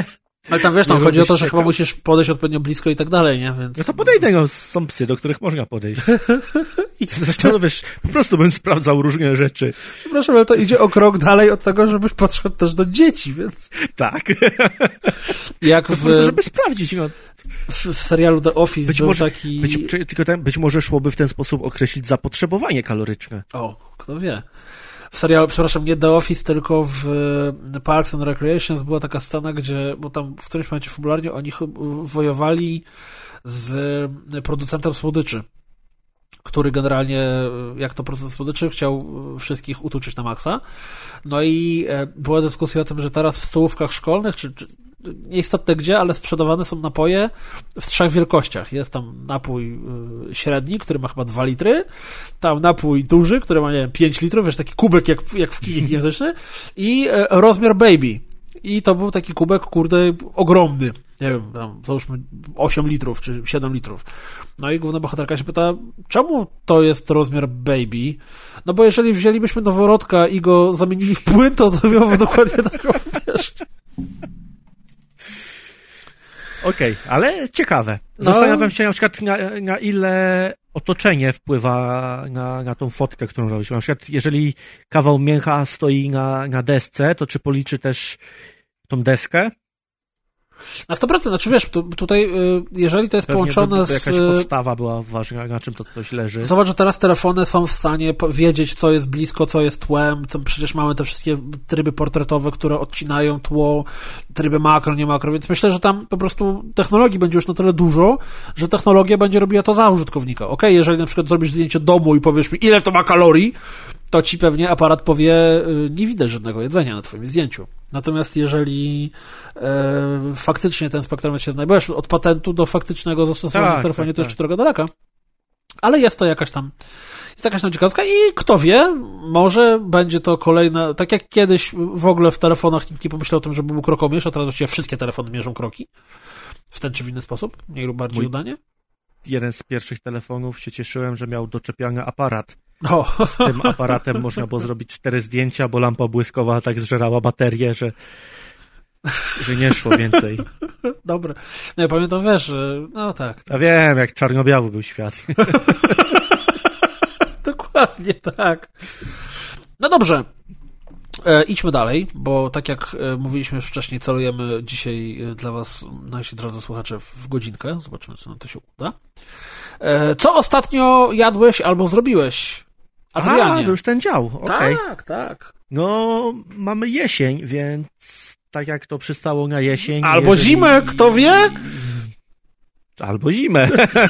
Ale tam wiesz, tam chodzi o to, że chyba musisz podejść odpowiednio blisko i tak dalej, nie? Więc... No to podejdę, no, są psy, do których można podejść. I zresztą, no wiesz, po prostu bym sprawdzał różne rzeczy. Przepraszam, ale to idzie o krok dalej od tego, żebyś podszedł też do dzieci, więc... Tak. Jak po w... prostu, żeby sprawdzić, no. W, w serialu The Office być był może, taki... Być, czy, tylko ten, być może szłoby w ten sposób określić zapotrzebowanie kaloryczne. O, kto wie. W serialu, przepraszam, nie The Office, tylko w Parks and Recreations była taka scena, gdzie, bo tam w którymś momencie fabularnie oni wojowali z producentem słodyczy, który generalnie, jak to producent słodyczy, chciał wszystkich utuczyć na maksa. No i była dyskusja o tym, że teraz w stołówkach szkolnych, czy, czy nieistotne gdzie, ale sprzedawane są napoje w trzech wielkościach. Jest tam napój średni, który ma chyba dwa litry, tam napój duży, który ma, nie wiem, pięć litrów, wiesz, taki kubek jak, jak w kinie kinetyczny i rozmiar baby. I to był taki kubek, kurde, ogromny. Nie wiem, tam załóżmy osiem litrów, czy siedem litrów. No i główna bohaterka się pyta, czemu to jest rozmiar baby? No bo jeżeli wzięlibyśmy noworodka i go zamienili w płyn, to to miało dokładnie taką, wiesz... Okej, okay, ale ciekawe. Zastanawiam no. się na przykład, na, na ile otoczenie wpływa na, na tą fotkę, którą robisz. Na przykład, jeżeli kawał mięcha stoi na, na desce, to czy policzy też tą deskę? Na sto procent, znaczy wiesz, tu, tutaj jeżeli to jest Pewnie połączone z... jakaś podstawa była ważna, na czym to coś leży. Zobacz, że teraz telefony są w stanie wiedzieć, co jest blisko, co jest tłem, to przecież mamy te wszystkie tryby portretowe, które odcinają tło, tryby makro, nie makro, więc myślę, że tam po prostu technologii będzie już na tyle dużo, że technologia będzie robiła to za użytkownika. Okej, okay, jeżeli na przykład zrobisz zdjęcie domu i powiesz mi, ile to ma kalorii, to ci pewnie aparat powie, nie widać żadnego jedzenia na twoim zdjęciu. Natomiast jeżeli e, faktycznie ten spektrometr się znajdujesz od patentu do faktycznego zastosowania tak, w telefonie, tak, to jeszcze tak. droga daleka. Ale jest to jakaś tam jest jakaś tam ciekawostka i kto wie, może będzie to kolejna, tak jak kiedyś w ogóle w telefonach nikt nie pomyślał o tym, żeby był krokomierz, a teraz właściwie wszystkie telefony mierzą kroki w ten czy w inny sposób, mniej lub bardziej Mój udanie. Jeden z pierwszych telefonów się cieszyłem, że miał doczepiany aparat. O. Z tym aparatem można było zrobić cztery zdjęcia, bo lampa błyskowa tak zżerała baterię, że, że nie szło więcej. Dobre. No ja pamiętam, wiesz, że no tak. Ja wiem, jak czarno-biały był świat. Dokładnie tak. No dobrze. E, idźmy dalej, bo tak jak e, mówiliśmy już wcześniej, celujemy dzisiaj e, dla was, nasi drodzy słuchacze, w godzinkę. Zobaczymy, co nam to się uda. E, co ostatnio jadłeś albo zrobiłeś? Adrianie. A, to już ten dział. Okay. Tak, tak. No, mamy jesień, więc tak jak to przystało na jesień. Albo jeżeli... zimę, kto wie? Albo zimę.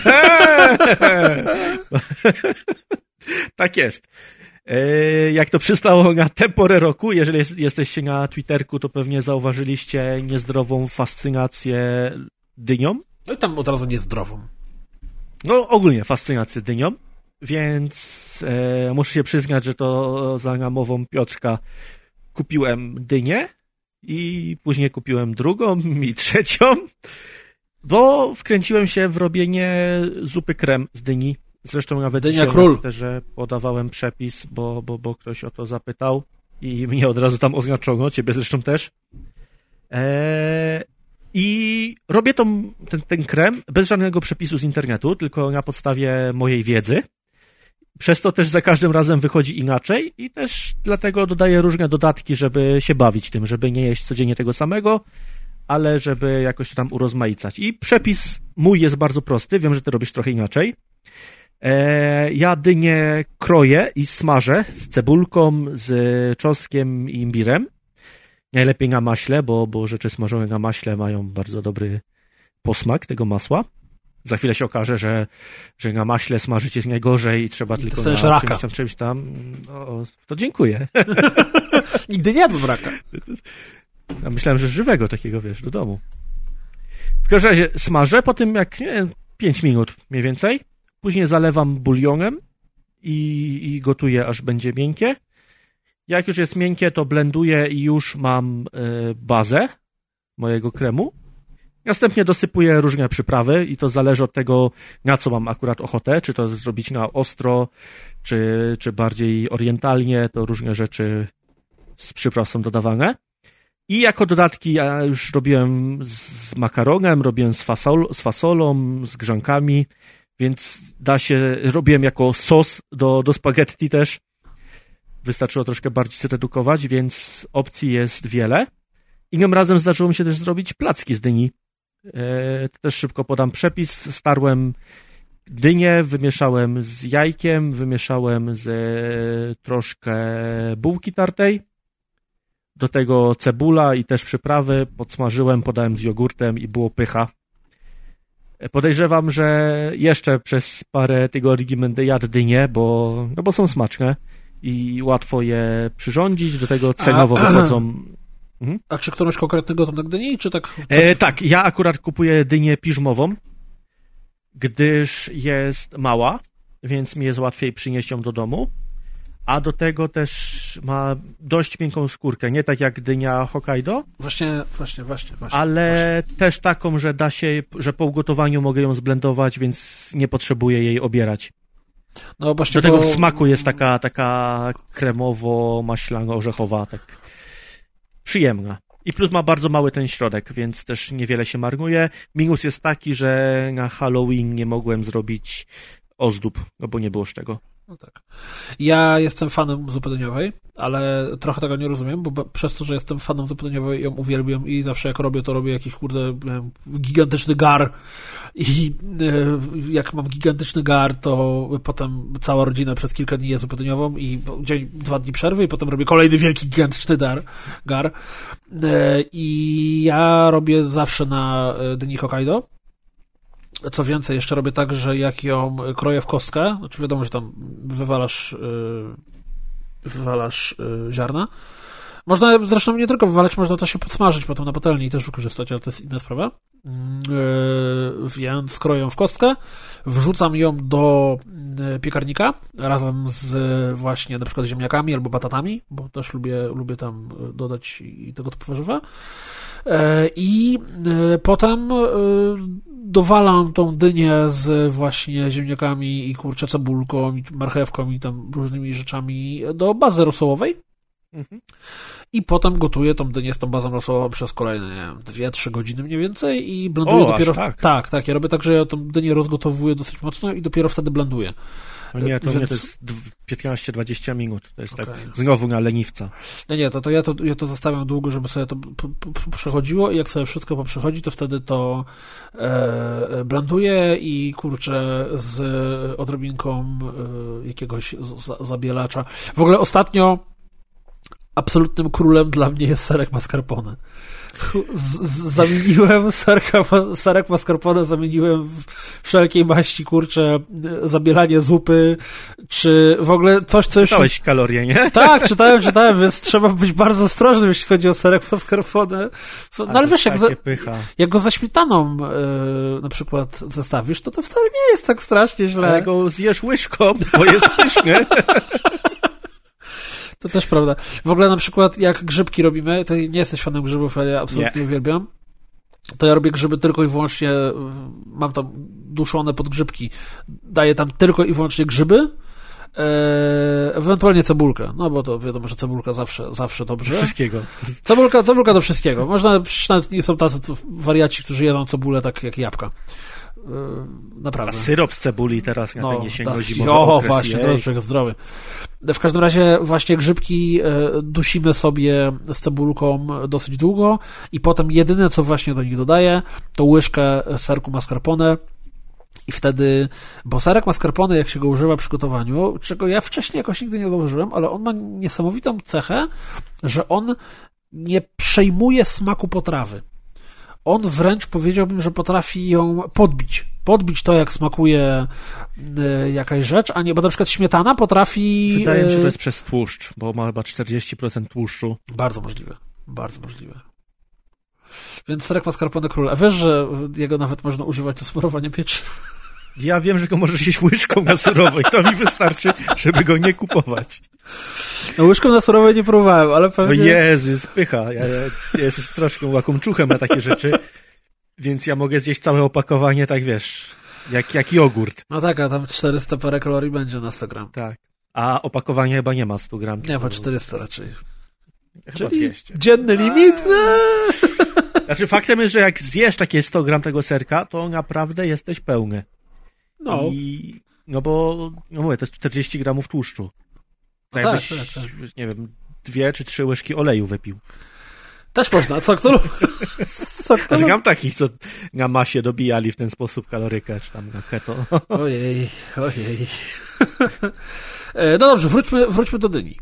Tak jest. Jak to przystało na tę porę roku, jeżeli jest, jesteście na Twitterku, to pewnie zauważyliście niezdrową fascynację dynią. No i tam od razu niezdrową. No ogólnie fascynację dynią, więc e, muszę się przyznać, że to za namową Piotrka kupiłem dynię i później kupiłem drugą i trzecią, bo wkręciłem się w robienie zupy krem z dyni. Zresztą nawet Dynia dzisiaj król. Też, że podawałem przepis, bo, bo, bo ktoś o to zapytał i mnie od razu tam oznaczono, ciebie zresztą też. Eee, I robię tą, ten, ten krem bez żadnego przepisu z internetu, tylko na podstawie mojej wiedzy. Przez to też za każdym razem wychodzi inaczej i też dlatego dodaję różne dodatki, żeby się bawić tym, żeby nie jeść codziennie tego samego, ale żeby jakoś to tam urozmaicać. I przepis mój jest bardzo prosty, wiem, że ty robisz trochę inaczej. Ja dynię kroję i smażę z cebulką, z czosnkiem i imbirem. Najlepiej na maśle, bo, bo rzeczy smażone na maśle mają bardzo dobry posmak tego masła. Za chwilę się okaże, że, że na maśle smażyć jest najgorzej i trzeba I tylko na raka. czymś tam, czymś tam. No, to dziękuję. Nigdy nie jadłem raka. Ja myślałem, że żywego takiego, wiesz, do domu. W każdym razie smażę, po tym jak, nie wiem, pięć minut mniej więcej. Później zalewam bulionem i, i gotuję, aż będzie miękkie. Jak już jest miękkie, to blenduję i już mam y, bazę mojego kremu. Następnie dosypuję różne przyprawy i to zależy od tego, na co mam akurat ochotę. Czy to zrobić na ostro, czy, czy bardziej orientalnie. To różne rzeczy z przypraw są dodawane. I jako dodatki ja już robiłem z makaronem, robiłem z, fasol, z fasolą, z grzankami, więc da się, robiłem jako sos do, do spaghetti też. Wystarczyło troszkę bardziej zredukować, więc opcji jest wiele. Innym razem zdarzyło mi się też zrobić placki z dyni. E, też szybko podam przepis. Starłem dynię, wymieszałem z jajkiem, wymieszałem z troszkę bułki tartej. Do tego cebula i też przyprawy. Podsmażyłem, podałem z jogurtem i było pycha. Podejrzewam, że jeszcze przez parę tygodni będę jadł dynie, bo, no bo są smaczne i łatwo je przyrządzić. Do tego cenowo a, wychodzą... Mhm. A czy którąś konkretnego gatunek dyni, czy tak? E, tak, ja akurat kupuję dynię piżmową, gdyż jest mała, więc mi jest łatwiej przynieść ją do domu, a do tego też ma dość miękką skórkę, nie tak jak dynia Hokkaido. Właśnie, właśnie, właśnie. właśnie ale właśnie. też taką, że da się, że po ugotowaniu mogę ją zblendować, więc nie potrzebuję jej obierać. No właśnie. Do tego bo... w smaku jest taka, taka kremowo-maślano-orzechowa, tak przyjemna. I plus ma bardzo mały ten środek, więc też niewiele się marnuje. Minus jest taki, że na Halloween nie mogłem zrobić ozdób, no bo nie było z czego. No tak. Ja jestem fanem zupy dyniowej, ale trochę tego nie rozumiem, bo przez to, że jestem fanem zupy dyniowej, ją uwielbiam i zawsze jak robię, to robię jakiś, kurde, gigantyczny gar i jak mam gigantyczny gar, to potem cała rodzina przez kilka dni je zupę dyniową i dzień, dwa dni przerwy i potem robię kolejny wielki, gigantyczny dar, gar i ja robię zawsze na dyni Hokkaido. Co więcej, jeszcze robię tak, że jak ją kroję w kostkę, znaczy wiadomo, że tam wywalasz yy, wywalasz yy, ziarna. Można zresztą nie tylko wywalać, można to się podsmażyć potem na patelni i też wykorzystać, ale to jest inna sprawa. Yy, więc kroję ją w kostkę, wrzucam ją do piekarnika razem z właśnie na przykład ziemniakami albo batatami, bo też lubię, lubię tam dodać i tego typu warzywa. I potem dowalam tą dynię z właśnie ziemniakami i kurczę cebulką i marchewką i tam różnymi rzeczami do bazy rosołowej. Mhm. I potem gotuję tą dynię z tą bazą rosołową przez kolejne, nie wiem, dwie trzy godziny mniej więcej i blenduję o, dopiero... Tak. tak, tak, ja robię tak, że ja tą dynię rozgotowuję dosyć mocno i dopiero wtedy blenduję. No nie, to Więc... mnie to jest piętnaście dwadzieścia minut, to jest okay. Tak znowu na leniwca. No nie, to, to, ja to ja to zostawiam długo, żeby sobie to p- p- przechodziło i jak sobie wszystko poprzechodzi, to wtedy to e, blenduję i kurczę z odrobinką e, jakiegoś z, zabielacza. W ogóle ostatnio absolutnym królem dla mnie jest serek mascarpone. Z, z, zamieniłem serka, serek mascarpone zamieniłem w wszelkiej maści, kurczę, zabielanie zupy, czy w ogóle coś, co już... Czytałeś kalorie, nie? Tak, czytałem, czytałem, więc trzeba być bardzo ostrożnym, jeśli chodzi o serek mascarpone. No ale wiesz, jak, za, jak go ze śmietaną yy, na przykład zestawisz, to to wcale nie jest tak strasznie źle. Ale go zjesz łyżką, bo jest pyszny. To też prawda. W ogóle na przykład jak grzybki robimy, to nie jesteś fanem grzybów, ale ja absolutnie nie. uwielbiam, to ja robię grzyby tylko i wyłącznie, mam tam duszone podgrzybki, daję tam tylko i wyłącznie grzyby, e, ewentualnie cebulkę, no bo to wiadomo, że cebulka zawsze, zawsze dobrze. Do wszystkiego. Cebulka, cebulka do wszystkiego. Można, przecież nawet nie są tacy wariaci, którzy jedzą cebulę tak jak jabłka. Naprawdę. A syrop z cebuli teraz na no, ten jesienno zimowy O, właśnie, dobrze, zdrowy. W każdym razie właśnie grzybki dusimy sobie z cebulką dosyć długo i potem jedyne, co właśnie do nich dodaję, to łyżkę serku mascarpone i wtedy, bo serek mascarpone, jak się go używa przy gotowaniu, czego ja wcześniej jakoś nigdy nie zauważyłem, ale on ma niesamowitą cechę, że on nie przejmuje smaku potrawy. On wręcz powiedziałbym, że potrafi ją podbić. Podbić to, jak smakuje y, jakaś rzecz, a nie, bo na przykład śmietana potrafi... Wydaje mi się, że to jest przez tłuszcz, bo ma chyba czterdzieści procent tłuszczu. Bardzo możliwe, bardzo możliwe. Więc serek mascarpone król. A wiesz, że jego nawet można używać do smarowania pieczy? Ja wiem, że go możesz jeść łyżką na surowej. To mi wystarczy, żeby go nie kupować. No łyżką na surowej nie próbowałem, ale pewnie... O Jezu, jest pycha. Ja, ja jestem strasznie łakomczuchem na takie rzeczy, więc ja mogę zjeść całe opakowanie, tak wiesz, jak, jak jogurt. No tak, a tam czterysta parę kalorii będzie na sto gram. Tak. A opakowanie chyba nie ma sto gram. Nie, po czterysta raczej. Chyba Czyli dwieście. Dzienny limit? Znaczy faktem jest, że jak zjesz takie sto gram tego serka, to naprawdę jesteś pełny. No. I, no bo, no mówię, to jest czterdzieści gramów tłuszczu. No jakbyś, tak, tak, tak. nie wiem, dwie czy trzy łyżki oleju wypił. Też można, co kto lubi. Co kto Znaczy, mam takich, co na masie dobijali w ten sposób kalorykę, czy tam na keto. Ojej, ojej. No dobrze, wróćmy, wróćmy do dyni.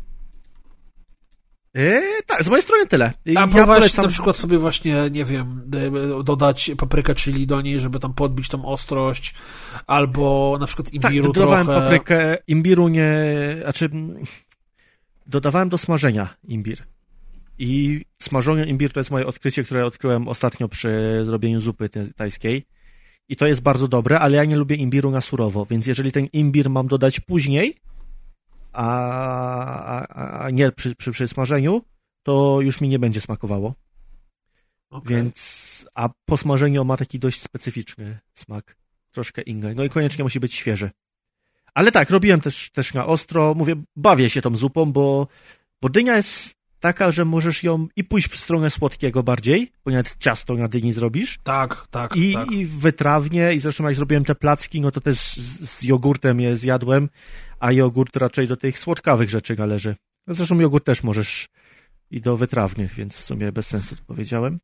Eee, tak, z mojej strony tyle. A ja próbowałeś polecam... na przykład sobie właśnie, nie wiem, dodać paprykę chili do niej, żeby tam podbić tą ostrość, albo na przykład imbiru tak, dodawałem trochę. paprykę, imbiru nie... Znaczy, dodawałem do smażenia imbir. I smażony imbir to jest moje odkrycie, które odkryłem ostatnio przy robieniu zupy tajskiej. I to jest bardzo dobre, ale ja nie lubię imbiru na surowo, więc jeżeli ten imbir mam dodać później, a, a, a nie przy, przy, przy smażeniu, to już mi nie będzie smakowało. Okay. Więc, a po smażeniu ma taki dość specyficzny smak, troszkę inny. No i koniecznie musi być świeży. Ale tak, robiłem też, też na ostro, mówię, bawię się tą zupą, bo, bo dynia jest taka, że możesz ją i pójść w stronę słodkiego bardziej, ponieważ ciasto na dyni zrobisz. Tak, tak. I, tak. i wytrawnie, i zresztą jak zrobiłem te placki, no to też z, z jogurtem je zjadłem, a jogurt raczej do tych słodkawych rzeczy należy. Zresztą jogurt też możesz i do wytrawnych, więc w sumie bez sensu to powiedziałem.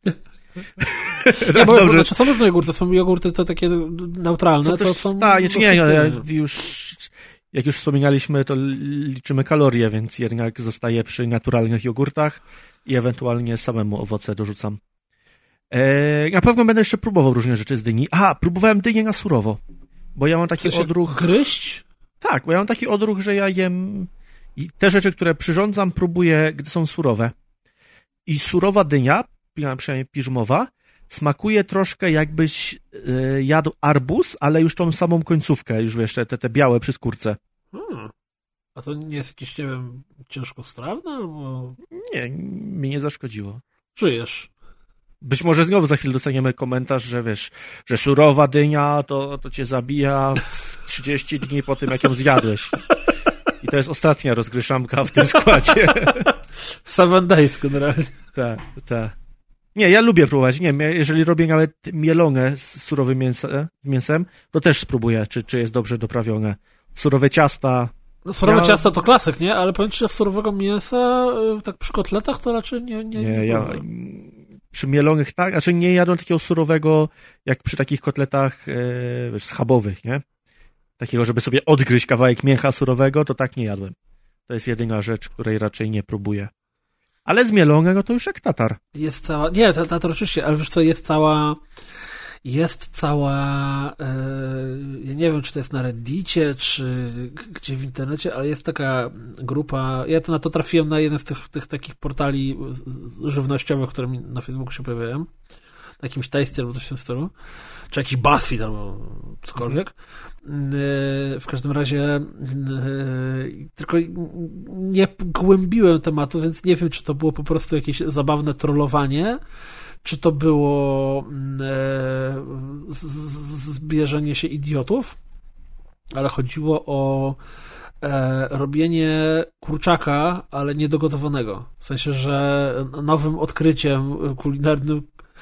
Nie, bo dobrze. Znaczy, są różne jogurty, są jogurty to takie neutralne, są to też, są... Ta, nie, nie, ja już... Jak już wspominaliśmy, to liczymy kalorie, więc jednak zostaję przy naturalnych jogurtach i ewentualnie samemu owoce dorzucam. Eee, na pewno będę jeszcze próbował różne rzeczy z dyni. Aha, próbowałem dynię na surowo, bo ja mam taki w sensie odruch... Gryźć? Tak, bo ja mam taki odruch, że ja jem i te rzeczy, które przyrządzam, próbuję, gdy są surowe. I surowa dynia, przynajmniej piżmowa, smakuje troszkę jakbyś y, jadł arbuz, ale już tą samą końcówkę, już wiesz, te, te białe przy skórce. Hmm. A to nie jest jakieś, nie wiem, ciężkostrawne albo... Nie, mi nie zaszkodziło. Żyjesz. Być może znowu za chwilę dostaniemy komentarz, że wiesz, że surowa dynia to, to cię zabija w trzydzieści dni po tym, jak ją zjadłeś. I to jest ostatnia rozgryszamka w tym składzie. Seven days generalnie. Tak, tak. Nie, ja lubię próbować. Nie, jeżeli robię nawet mielone z surowym mięsem, mięsem to też spróbuję, czy, czy jest dobrze doprawione. Surowe ciasta. No, surowe ja... ciasta to klasyk, nie? Ale powiem ci, że surowego mięsa tak przy kotletach to raczej nie... Nie, nie, nie ja... Przy mielonych tak, znaczy nie jadłem takiego surowego, jak przy takich kotletach yy, schabowych, nie? Takiego, żeby sobie odgryźć kawałek mięcha surowego, to tak nie jadłem. To jest jedyna rzecz, której raczej nie próbuję. Ale z mielonego to już jak tatar. Jest cała... Nie, tatar oczywiście, ale wiesz co, jest cała... Jest cała... Yy, ja nie wiem, czy to jest na Reddicie, czy gdzie w internecie, ale jest taka grupa... Ja to na to trafiłem na jeden z tych, tych takich portali żywnościowych, które mi na Facebooku się pojawiają. Na jakimś Tasty albo coś w tym stylu. Czy jakiś BuzzFeed albo cokolwiek. Yy, w każdym razie yy, tylko nie głębiłem tematu, więc nie wiem, czy to było po prostu jakieś zabawne trollowanie, czy to było yy, zbierzenie się idiotów, ale chodziło o e, robienie kurczaka, ale niedogotowanego. W sensie, że nowym odkryciem kulinarnym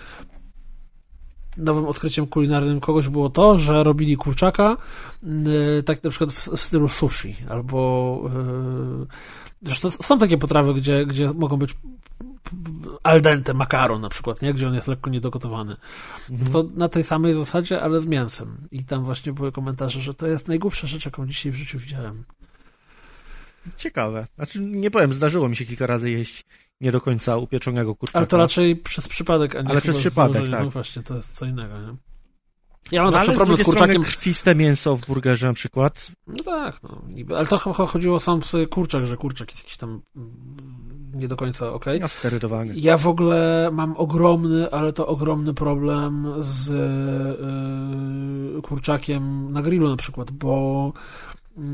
nowym odkryciem kulinarnym kogoś było to, że robili kurczaka yy, tak na przykład w, w stylu sushi, albo yy, zresztą są takie potrawy, gdzie, gdzie mogą być al dente makaron na przykład, nie? Gdzie on jest lekko niedogotowany. Mhm. To na tej samej zasadzie, ale z mięsem. I tam właśnie były komentarze, że to jest najgłupsza rzecz, jaką dzisiaj w życiu widziałem. Ciekawe. Znaczy, nie powiem, zdarzyło mi się kilka razy jeść nie do końca upieczonego kurczaka. Ale to raczej przez przypadek, a nie Ale przez przypadek, tak. No właśnie, to jest co innego, nie? Ja mam no, zawsze ale problem z, z kurczakiem. Krwiste mięso w burgerze na przykład. No tak, no niby. Ale to chodziło sam sobie kurczak, że kurczak jest jakiś tam nie do końca okej. Okay. Sterydowany. Ja w ogóle mam ogromny, ale to ogromny problem z yy, kurczakiem na grillu na przykład, bo yy,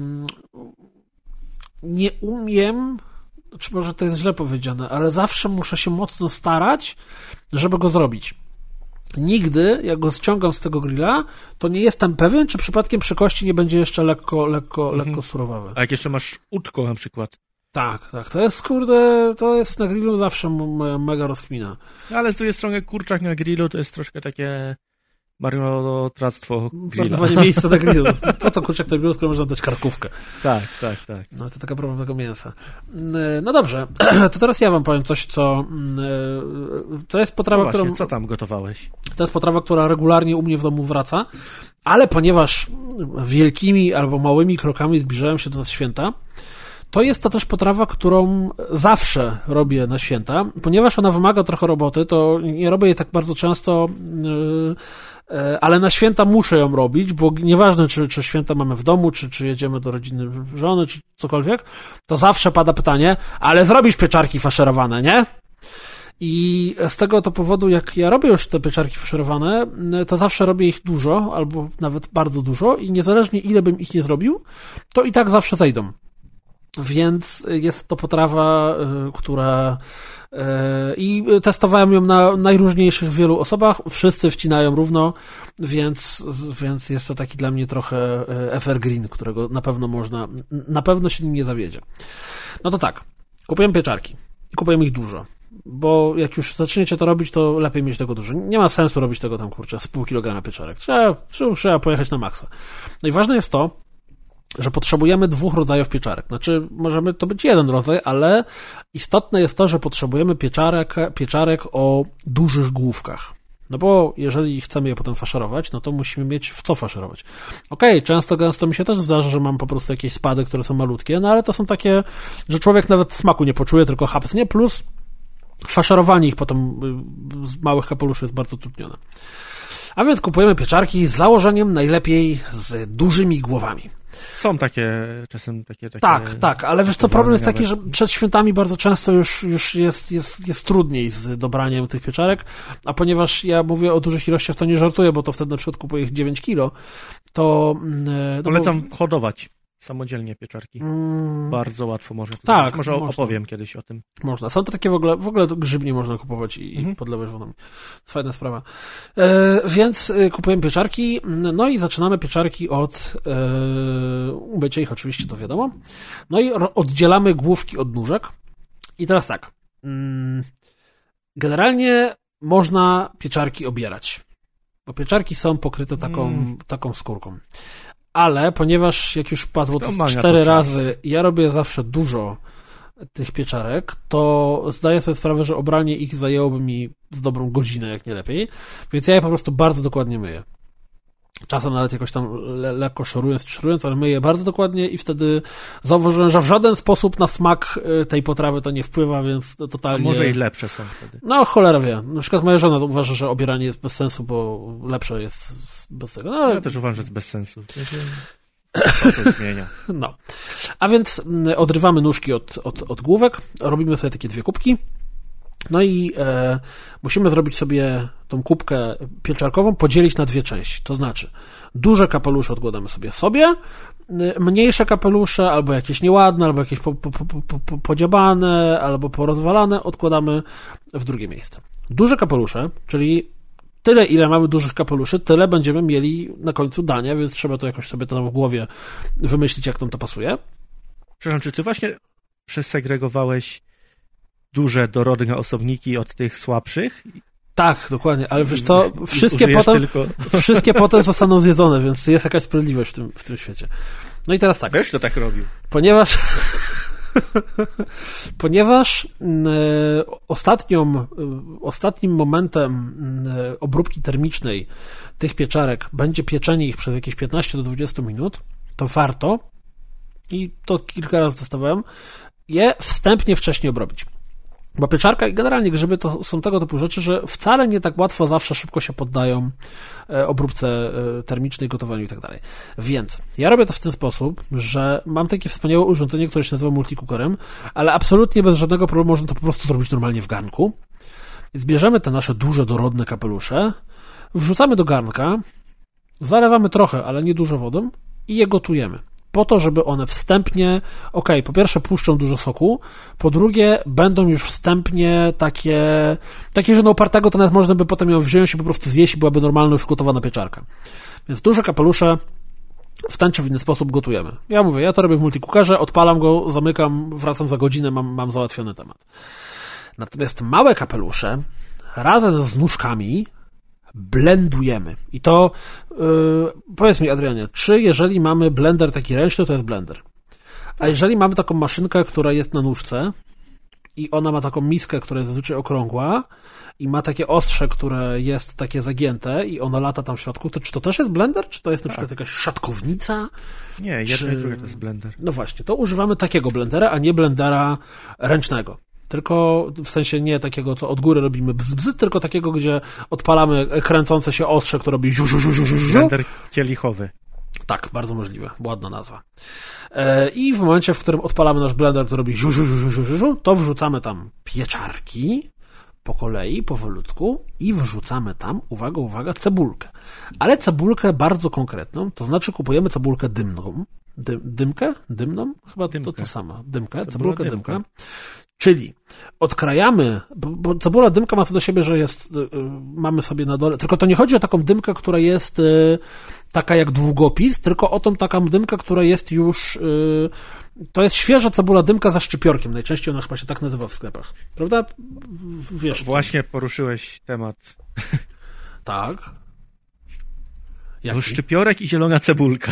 nie umiem, czy może to jest źle powiedziane, ale zawsze muszę się mocno starać, żeby go zrobić. Nigdy, jak go ściągam z tego grilla, to nie jestem pewien, czy przypadkiem przy kości nie będzie jeszcze lekko, lekko, mhm. lekko surowawy. A jak jeszcze masz udko na przykład? Tak, tak, to jest, kurde, to jest na grillu zawsze moja mega rozkmina. Ale z drugiej strony kurczak na grillu to jest troszkę takie marnotrawstwo grilla. Marnowanie miejsca na grillu. Po co kurczak na grillu, skoro można dać karkówkę? Tak, tak, tak. No to taka problem tego mięsa. No dobrze, to teraz ja wam powiem coś, co... To jest potrawa, no właśnie, którą... co tam gotowałeś? To jest potrawa, która regularnie u mnie w domu wraca, ale ponieważ wielkimi albo małymi krokami zbliżają się do nas święta, to jest to też potrawa, którą zawsze robię na święta, ponieważ ona wymaga trochę roboty, to nie robię jej tak bardzo często, ale na święta muszę ją robić, bo nieważne, czy, czy święta mamy w domu, czy, czy jedziemy do rodziny żony, czy cokolwiek, to zawsze pada pytanie, ale zrobisz pieczarki faszerowane, nie? I z tego to powodu, jak ja robię już te pieczarki faszerowane, to zawsze robię ich dużo, albo nawet bardzo dużo i niezależnie ile bym ich nie zrobił, to i tak zawsze zejdą. Więc jest to potrawa, która... I testowałem ją na najróżniejszych wielu osobach, wszyscy wcinają równo, więc, więc jest to taki dla mnie trochę evergreen, którego na pewno można, na pewno się nim nie zawiedzie. No to tak, kupiłem pieczarki i kupiłem ich dużo, bo jak już zaczniecie to robić, to lepiej mieć tego dużo. Nie ma sensu robić tego tam, kurczę, z pół kilograma pieczarek. Trzeba, trzeba pojechać na maksa. No i ważne jest to, że potrzebujemy dwóch rodzajów pieczarek. Znaczy, możemy to być jeden rodzaj, ale istotne jest to, że potrzebujemy pieczarek, pieczarek o dużych główkach. No bo jeżeli chcemy je potem faszerować, no to musimy mieć w co faszerować. Okej, okay, często, gęsto mi się też zdarza, że mam po prostu jakieś spady, które są malutkie, no ale to są takie, że człowiek nawet smaku nie poczuje, tylko hapsnie, plus faszerowanie ich potem z małych kapeluszy jest bardzo utrudnione. A więc kupujemy pieczarki z założeniem najlepiej z dużymi głowami. Są takie, czasem takie... takie tak, tak, ale wiesz co, problem jest taki, że przed świętami bardzo często już, już jest, jest, jest trudniej z dobraniem tych pieczarek, a ponieważ ja mówię o dużych ilościach, to nie żartuję, bo to wtedy na przykład kupuję ich dziewięć kilo, to... No Polecam bo... hodować samodzielnie pieczarki. Mm, Bardzo łatwo może. Tak, może można. opowiem kiedyś o tym. Można. Są to takie w ogóle, w ogóle grzybnie można kupować i mhm. podlewać wodą. Fajna sprawa. E, więc kupujemy pieczarki, no i zaczynamy pieczarki od e, umycia ich, oczywiście to wiadomo. No i oddzielamy główki od nóżek. I teraz tak. Mm, generalnie można pieczarki obierać, bo pieczarki są pokryte taką, mm. taką skórką. Ale ponieważ, jak już padło to cztery razy, ja robię zawsze dużo tych pieczarek, to zdaję sobie sprawę, że obranie ich zajęłoby mi z dobrą godzinę, jak nie lepiej, więc ja je po prostu bardzo dokładnie myję. Czasem nawet jakoś tam le- lekko szorując, szorując, ale myję bardzo dokładnie i wtedy zauważyłem, że w żaden sposób na smak tej potrawy to nie wpływa, więc to totalnie... A może i lepsze są wtedy. No, cholera wie. Na przykład moja żona uważa, że obieranie jest bez sensu, bo lepsze jest bez tego. No, ja też uważam, że jest bez sensu. To, to zmienia. No. A więc odrywamy nóżki od, od, od główek, robimy sobie takie dwie kubki. No i e, musimy zrobić sobie tą kubkę pieczarkową, podzielić na dwie części. To znaczy, duże kapelusze odkładamy sobie sobie, mniejsze kapelusze, albo jakieś nieładne, albo jakieś po, po, po, po, podziabane, albo porozwalane, odkładamy w drugie miejsce. Duże kapelusze, czyli tyle, ile mamy dużych kapeluszy, tyle będziemy mieli na końcu dania, więc trzeba to jakoś sobie tam w głowie wymyślić, jak nam to pasuje. Przepraszam, czy ty właśnie przesegregowałeś duże, dorodne osobniki od tych słabszych? Tak, dokładnie, ale wiesz co, wszystkie potem, tylko... wszystkie potem zostaną zjedzone, więc jest jakaś sprawiedliwość w tym, w tym świecie. No i teraz tak. Wiesz, kto tak robił? Ponieważ ponieważ y, ostatnią, y, ostatnim momentem y, obróbki termicznej tych pieczarek będzie pieczenie ich przez jakieś piętnaście do dwudziestu minut, to warto, i to kilka razy testowałem, je wstępnie wcześniej obrobić. Bo pieczarka i generalnie grzyby to są tego typu rzeczy, że wcale nie tak łatwo zawsze szybko się poddają obróbce termicznej, gotowaniu i tak dalej. Więc ja robię to w ten sposób, że mam takie wspaniałe urządzenie, które się nazywa multicookerem, ale absolutnie bez żadnego problemu można to po prostu zrobić normalnie w garnku. Więc bierzemy te nasze duże, dorodne kapelusze, wrzucamy do garnka, zalewamy trochę, ale nie dużo wodą i je gotujemy. Po to, żeby one wstępnie, ok, po pierwsze puszczą dużo soku, po drugie będą już wstępnie takie, takie, że no opartego to nawet można by potem ją wziąć i po prostu zjeść i byłaby normalna już gotowana pieczarka. Więc duże kapelusze w ten czy w inny sposób gotujemy. Ja mówię, ja to robię w multicookerze, odpalam go, zamykam, wracam za godzinę, mam, mam załatwiony temat. Natomiast małe kapelusze razem z nóżkami blendujemy. I to yy, powiedz mi, Adrianie, czy jeżeli mamy blender taki ręczny, to jest blender? A jeżeli mamy taką maszynkę, która jest na nóżce i ona ma taką miskę, która jest zazwyczaj okrągła i ma takie ostrze, które jest takie zagięte i ona lata tam w środku, to czy to też jest blender? Czy to jest na przykład tak. jakaś szatkownica? Nie, jedno czy... i drugie to jest blender. No właśnie, to używamy takiego blendera, a nie blendera ręcznego. Tylko w sensie nie takiego, co od góry robimy bzz, bzz, tylko takiego, gdzie odpalamy kręcące się ostrze, które robi ziu, ziu, ziu, ziu, ziu. Blender kielichowy. Tak, bardzo możliwe. Ładna nazwa. E, I w momencie, w którym odpalamy nasz blender, który robi ziu, ziu, ziu, ziu, ziu, ziu, to wrzucamy tam pieczarki po kolei, powolutku i wrzucamy tam, uwaga, uwaga, cebulkę. Ale cebulkę bardzo konkretną, to znaczy kupujemy cebulkę dymną. Dy, dymkę? Dymną? Chyba dymkę. to to samo. Dymkę, cebulkę, dymkę. dymkę. Czyli odkrajamy, bo, bo cebula dymka ma to do siebie, że jest, y, mamy sobie na dole, tylko to nie chodzi o taką dymkę, która jest y, taka jak długopis, tylko o tą taką dymkę, która jest już, y, to jest świeża cebula dymka za szczypiorkiem, najczęściej ona chyba się tak nazywa w sklepach, prawda? Wiesz. Właśnie poruszyłeś temat. Tak. Jaki? Szczypiorek i zielona cebulka.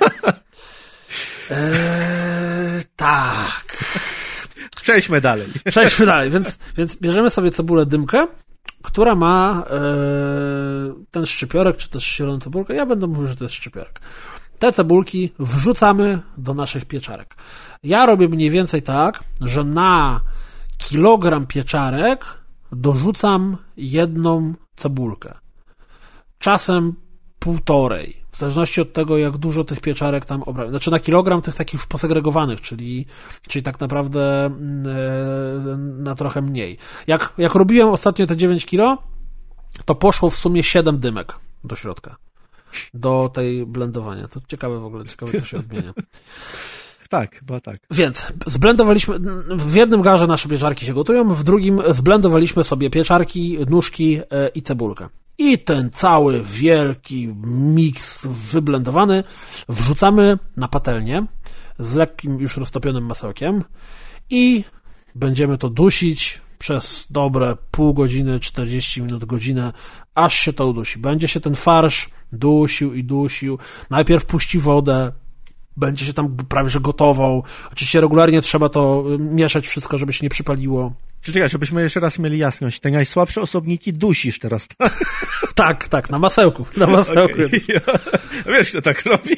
eee, tak. Przejdźmy dalej. Przejdźmy dalej, więc, więc bierzemy sobie cebulę dymkę, która ma e, ten szczypiorek, czy też zieloną cebulkę. Ja będę mówił, że to jest szczypiorek. Te cebulki wrzucamy do naszych pieczarek. Ja robię mniej więcej tak, że na kilogram pieczarek dorzucam jedną cebulkę. Czasem półtorej. W zależności od tego, jak dużo tych pieczarek tam obrabiam. Znaczy na kilogram tych takich już posegregowanych, czyli, czyli tak naprawdę yy, na trochę mniej. Jak, jak robiłem ostatnio te dziewięć kilo, to poszło w sumie siedem dymek do środka. Do tej blendowania. To ciekawe w ogóle, ciekawe to się odmienia. Tak, chyba tak. Więc zblendowaliśmy, w jednym garze nasze pieczarki się gotują, w drugim zblendowaliśmy sobie pieczarki, nóżki yy, i cebulkę. I ten cały wielki miks wyblendowany wrzucamy na patelnię z lekkim już roztopionym masełkiem i będziemy to dusić przez dobre pół godziny, czterdzieści minut, godzinę, aż się to udusi. Będzie się ten farsz dusił i dusił. Najpierw puści wodę, będzie się tam prawie że gotował. Oczywiście regularnie trzeba to mieszać wszystko, żeby się nie przypaliło. Czy czekaj, żebyśmy jeszcze raz mieli jasność. Te najsłabsze osobniki dusisz teraz, tak? tak, tak, na masełku. Na masełku. Okay. Ja, wiesz, kto tak robi?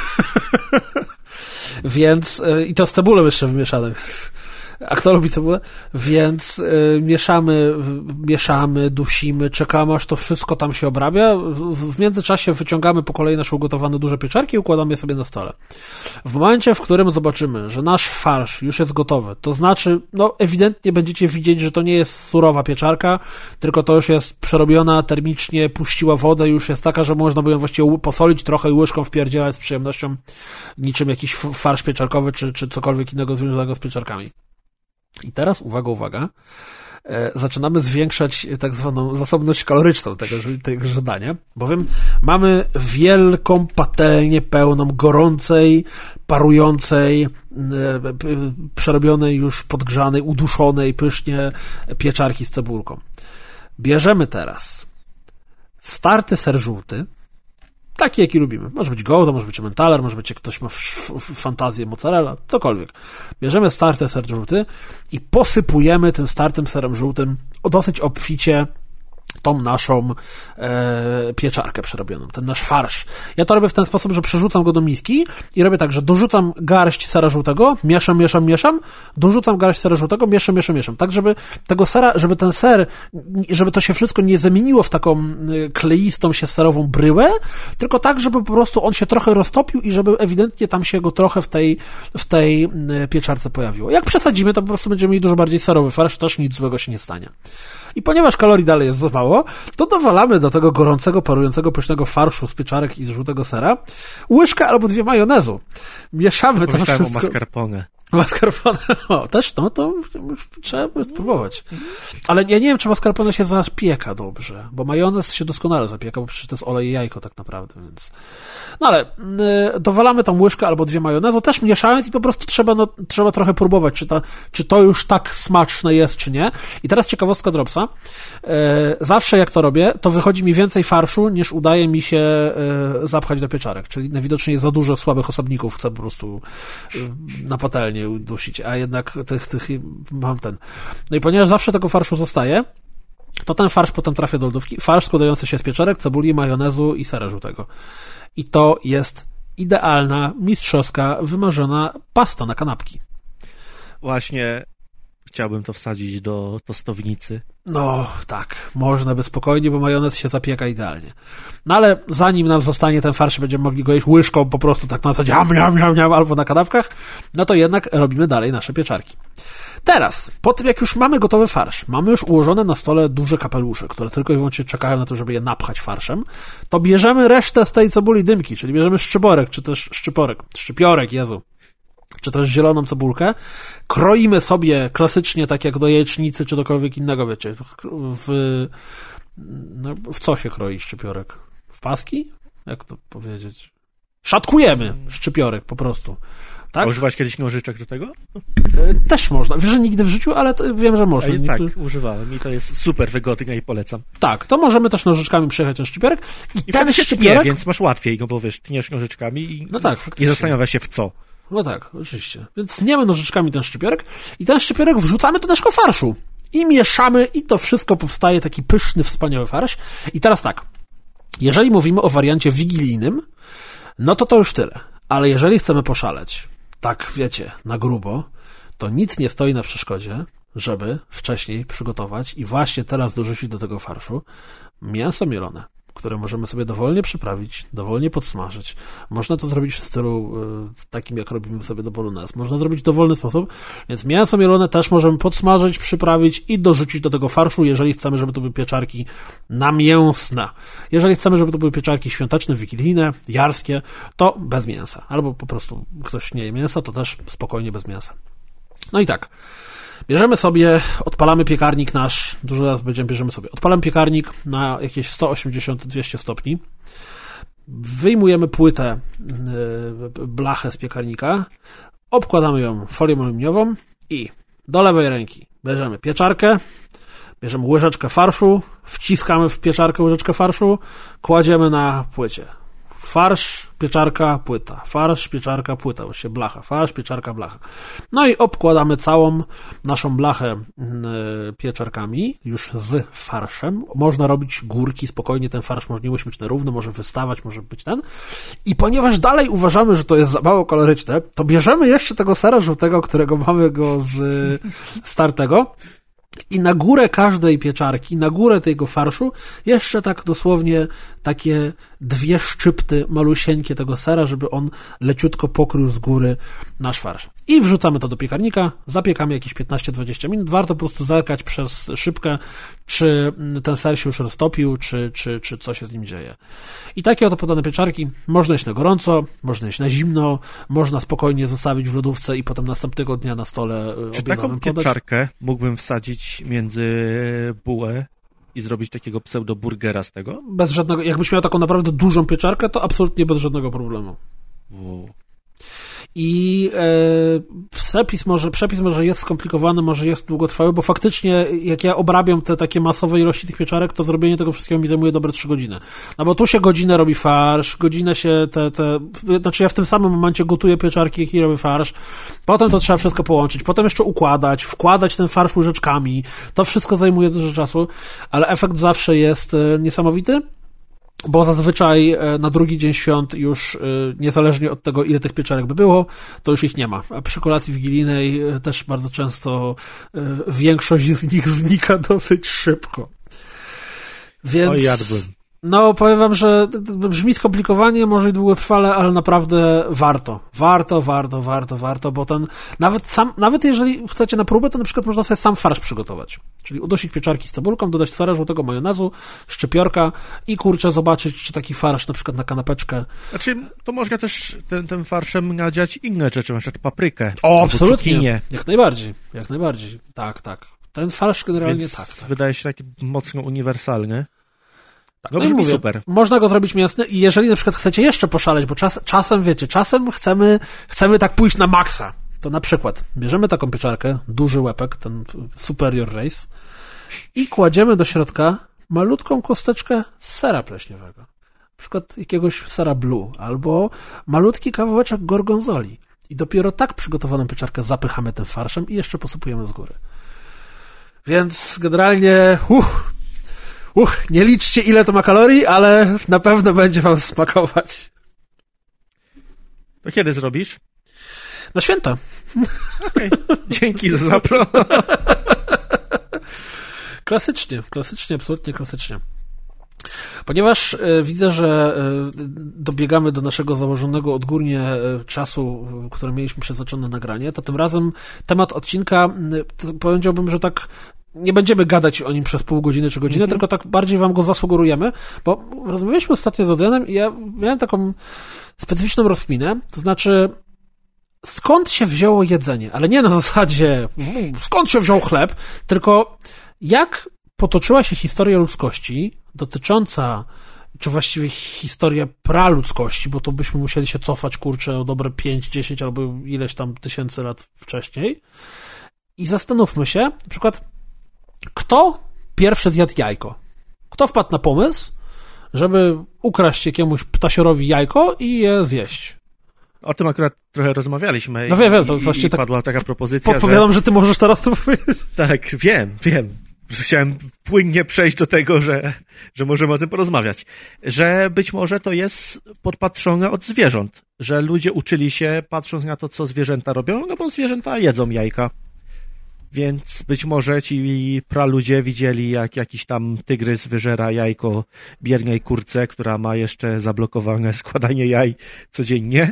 Więc, i to z cebulą jeszcze wymieszane. A kto lubi cebulę? Więc y, mieszamy, mieszamy, dusimy, czekamy, aż to wszystko tam się obrabia. W, w międzyczasie wyciągamy po kolei nasze ugotowane duże pieczarki i układamy je sobie na stole. W momencie, w którym zobaczymy, że nasz farsz już jest gotowy, to znaczy, no ewidentnie będziecie widzieć, że to nie jest surowa pieczarka, tylko to już jest przerobiona termicznie, puściła wodę, już jest taka, że można by ją właściwie posolić trochę i łyżką wpierdzielać z przyjemnością, niczym jakiś farsz pieczarkowy, czy, czy cokolwiek innego związanego z pieczarkami. I teraz, uwaga, uwaga, e, zaczynamy zwiększać tak zwaną zasobność kaloryczną tego, tego żądania, bowiem mamy wielką patelnię pełną gorącej, parującej, e, p, przerobionej już podgrzanej, uduszonej pysznie pieczarki z cebulką. Bierzemy teraz starty ser żółty, taki, jaki lubimy. Może być Gouda, może być Emmentaler, może być, jak ktoś ma f- f- fantazję mozzarella, cokolwiek. Bierzemy starty ser żółty i posypujemy tym startym serem żółtym dosyć obficie tą naszą e, pieczarkę przerobioną, ten nasz farsz. Ja to robię w ten sposób, że przerzucam go do miski i robię tak, że dorzucam garść sera żółtego, mieszam, mieszam, mieszam, dorzucam garść sera żółtego, mieszam, mieszam, mieszam. Tak, żeby tego sera, żeby ten ser, żeby to się wszystko nie zamieniło w taką kleistą się serową bryłę, tylko tak, żeby po prostu on się trochę roztopił i żeby ewidentnie tam się go trochę w tej, w tej pieczarce pojawiło. Jak przesadzimy, to po prostu będziemy mieli dużo bardziej serowy farsz, też nic złego się nie stanie. I ponieważ kalorii dalej jest za mało, zostało, to dowalamy do tego gorącego, parującego, pysznego farszu z pieczarek i z żółtego sera łyżkę albo dwie majonezu. Mieszamy to wszystko. O mascarpone. Mascarpone, o, też, no to trzeba spróbować. Ale ja nie wiem, czy mascarpone się zapieka dobrze, bo majonez się doskonale zapieka, bo przecież to jest olej i jajko tak naprawdę, więc... No ale y, dowalamy tam łyżkę albo dwie majonezu, też mieszając i po prostu trzeba, no, trzeba trochę próbować, czy, ta, czy to już tak smaczne jest, czy nie. I teraz ciekawostka Dropsa. Y, zawsze jak to robię, to wychodzi mi więcej farszu, niż udaje mi się y, zapchać do pieczarek, czyli najwidoczniej za dużo słabych osobników chcę po prostu y, na patelnię udusić, a jednak tych, tych mam ten. No i ponieważ zawsze tego farszu zostaje, to ten farsz potem trafia do lodówki. Farsz składający się z pieczarek, cebuli, majonezu i sera żółtego. I to jest idealna, mistrzowska, wymarzona pasta na kanapki. Właśnie chciałbym to wsadzić do tostownicy. No, tak, można by spokojnie, bo majonez się zapieka idealnie. No ale zanim nam zostanie ten farsz, będziemy mogli go jeść łyżką po prostu tak na zasadzie jam, jam, jam, jam, albo na kanapkach, no to jednak robimy dalej nasze pieczarki. Teraz, po tym jak już mamy gotowy farsz, mamy już ułożone na stole duże kapelusze, które tylko i wyłącznie czekają na to, żeby je napchać farszem, to bierzemy resztę z tej cebuli dymki, czyli bierzemy szczyporek, czy też szczyporek, szczypiorek, Jezu, czy też zieloną cebulkę, kroimy sobie klasycznie, tak jak do jajecznicy, czy do kogokolwiek innego, wiecie, w, no, w co się kroi szczypiorek? W paski? Jak to powiedzieć? Szatkujemy szczypiorek, po prostu. Tak? A używałeś kiedyś nożyczek do tego? Też można. Wiesz, że nigdy w życiu, ale wiem, że można. Ja, Niektóry... Tak, używałem i to jest super wygodne i polecam. Tak, to możemy też nożyczkami przejechać ten szczypiorek. I, I ten szczypiorek... Nie, więc masz łatwiej, no bo wiesz, tniesz nożyczkami i no tak, nie zastanawia się w co. No tak, oczywiście. Więc tniemy nożyczkami ten szczypiorek i ten szczypiorek wrzucamy do naszego farszu. I mieszamy i to wszystko powstaje taki pyszny, wspaniały farsz. I teraz tak, jeżeli mówimy o wariancie wigilijnym, no to to już tyle. Ale jeżeli chcemy poszaleć, tak wiecie, na grubo, to nic nie stoi na przeszkodzie, żeby wcześniej przygotować i właśnie teraz dorzucić do tego farszu mięso mielone, które możemy sobie dowolnie przyprawić, dowolnie podsmażyć. Można to zrobić w stylu y, takim, jak robimy sobie do bolognese. Można zrobić w dowolny sposób, więc mięso mielone też możemy podsmażyć, przyprawić i dorzucić do tego farszu, jeżeli chcemy, żeby to były pieczarki namięsne. Jeżeli chcemy, żeby to były pieczarki świąteczne, wigilijne, jarskie, to bez mięsa. Albo po prostu ktoś nie je mięsa, to też spokojnie bez mięsa. No i tak. Bierzemy sobie, odpalamy piekarnik nasz, dużo raz będziemy, bierzemy sobie, odpalamy piekarnik na jakieś sto osiemdziesiąt do dwustu stopni, wyjmujemy płytę, yy, blachę z piekarnika, obkładamy ją folią aluminiową i do lewej ręki bierzemy pieczarkę, bierzemy łyżeczkę farszu, wciskamy w pieczarkę łyżeczkę farszu, kładziemy na płycie. Farsz, pieczarka, płyta. Farsz, pieczarka, płyta. Właściwie blacha. Farsz, pieczarka, blacha. No i obkładamy całą naszą blachę yy, pieczarkami, już z farszem. Można robić górki, spokojnie ten farsz może nie musi być nierówny, może wystawać, może być ten. I ponieważ dalej uważamy, że to jest za mało koloryczne, to bierzemy jeszcze tego sera żółtego, którego mamy go z startego. I na górę każdej pieczarki, na górę tego farszu, jeszcze tak dosłownie takie dwie szczypty malusieńkie tego sera, żeby on leciutko pokrył z góry nasz farsz. I wrzucamy to do piekarnika, zapiekamy jakieś piętnaście do dwudziestu minut. Warto po prostu zerkać przez szybkę, czy ten ser się już roztopił, czy, czy, czy co się z nim dzieje. I takie oto podane pieczarki można jeść na gorąco, można jeść na zimno, można spokojnie zostawić w lodówce i potem następnego dnia na stole czy taką podać. Pieczarkę mógłbym wsadzić między bułę i zrobić takiego pseudo-burgera z tego? Bez żadnego, jakbyś miał taką naprawdę dużą pieczarkę, to absolutnie bez żadnego problemu. Wow. I e, przepis, może, przepis może jest skomplikowany, może jest długotrwały, bo faktycznie jak ja obrabiam te takie masowe ilości tych pieczarek, to zrobienie tego wszystkiego mi zajmuje dobre trzy godziny. No bo tu się godzinę robi farsz, godzinę się te, te, znaczy ja w tym samym momencie gotuję pieczarki, jak i robię farsz, potem to trzeba wszystko połączyć, potem jeszcze układać, wkładać ten farsz łyżeczkami, to wszystko zajmuje dużo czasu, ale efekt zawsze jest niesamowity. Bo zazwyczaj na drugi dzień świąt już niezależnie od tego, ile tych pieczarek by było, to już ich nie ma. A przy kolacji wigilijnej też bardzo często większość z nich znika dosyć szybko. Więc... Oj, jadłbym. No, powiem wam, że brzmi skomplikowanie, może i długotrwale, ale naprawdę warto. Warto, warto, warto, warto, bo ten, nawet sam, nawet jeżeli chcecie na próbę, to na przykład można sobie sam farsz przygotować. Czyli udusić pieczarki z cebulką, dodać serę, żółtego majonezu, szczypiorka i kurczę, zobaczyć, czy taki farsz na przykład na kanapeczkę. Znaczy, to można też tym, tym farszem nadziać inne rzeczy, na przykład paprykę. O, absolutnie. Jak najbardziej, jak najbardziej. Tak, tak. Ten farsz generalnie Więc tak, tak. wydaje się taki mocno uniwersalny. Tak, no, no i mówię, super. Można go zrobić mięsny i jeżeli na przykład chcecie jeszcze poszaleć, bo czas, czasem, wiecie, czasem chcemy, chcemy tak pójść na maksa, to na przykład bierzemy taką pieczarkę, duży łepek, ten Superior Race i kładziemy do środka malutką kosteczkę sera pleśniowego. Na przykład jakiegoś sera blue albo malutki kawałeczek gorgonzoli. I dopiero tak przygotowaną pieczarkę zapychamy tym farszem i jeszcze posypujemy z góry. Więc generalnie uch, uch, nie liczcie ile to ma kalorii, ale na pewno będzie wam smakować. To kiedy zrobisz? Na święta. Okej, okay. Dzięki za zapro. Klasycznie, klasycznie, absolutnie klasycznie. Ponieważ y, widzę, że y, dobiegamy do naszego założonego odgórnie y, czasu, y, który mieliśmy przeznaczone na nagranie, to tym razem temat odcinka, y, powiedziałbym, że tak nie będziemy gadać o nim przez pół godziny czy godzinę, mm-hmm. tylko tak bardziej wam go zasugerujemy, bo rozmawialiśmy ostatnio z Adrianem i ja miałem taką specyficzną rozkminę, to znaczy skąd się wzięło jedzenie, ale nie na zasadzie skąd się wziął chleb, tylko jak potoczyła się historia ludzkości dotycząca, czy właściwie historia praludzkości, bo to byśmy musieli się cofać, kurczę, o dobre pięć, dziesięć albo ileś tam tysięcy lat wcześniej i zastanówmy się, na przykład, kto pierwszy zjadł jajko? Kto wpadł na pomysł, żeby ukraść jakiemuś ptasiorowi jajko i je zjeść? O tym akurat trochę rozmawialiśmy. No wiem, wiem, to i, właśnie i tak padła taka propozycja, podpowiadam, że... że ty możesz teraz to powiedzieć. Tak, wiem, wiem. Chciałem płynnie przejść do tego, że, że możemy o tym porozmawiać. Że być może to jest podpatrzone od zwierząt. Że ludzie uczyli się, patrząc na to, co zwierzęta robią, no bo zwierzęta jedzą jajka. Więc być może ci praludzie widzieli, jak jakiś tam tygrys wyżera jajko biernej kurce, która ma jeszcze zablokowane składanie jaj codziennie.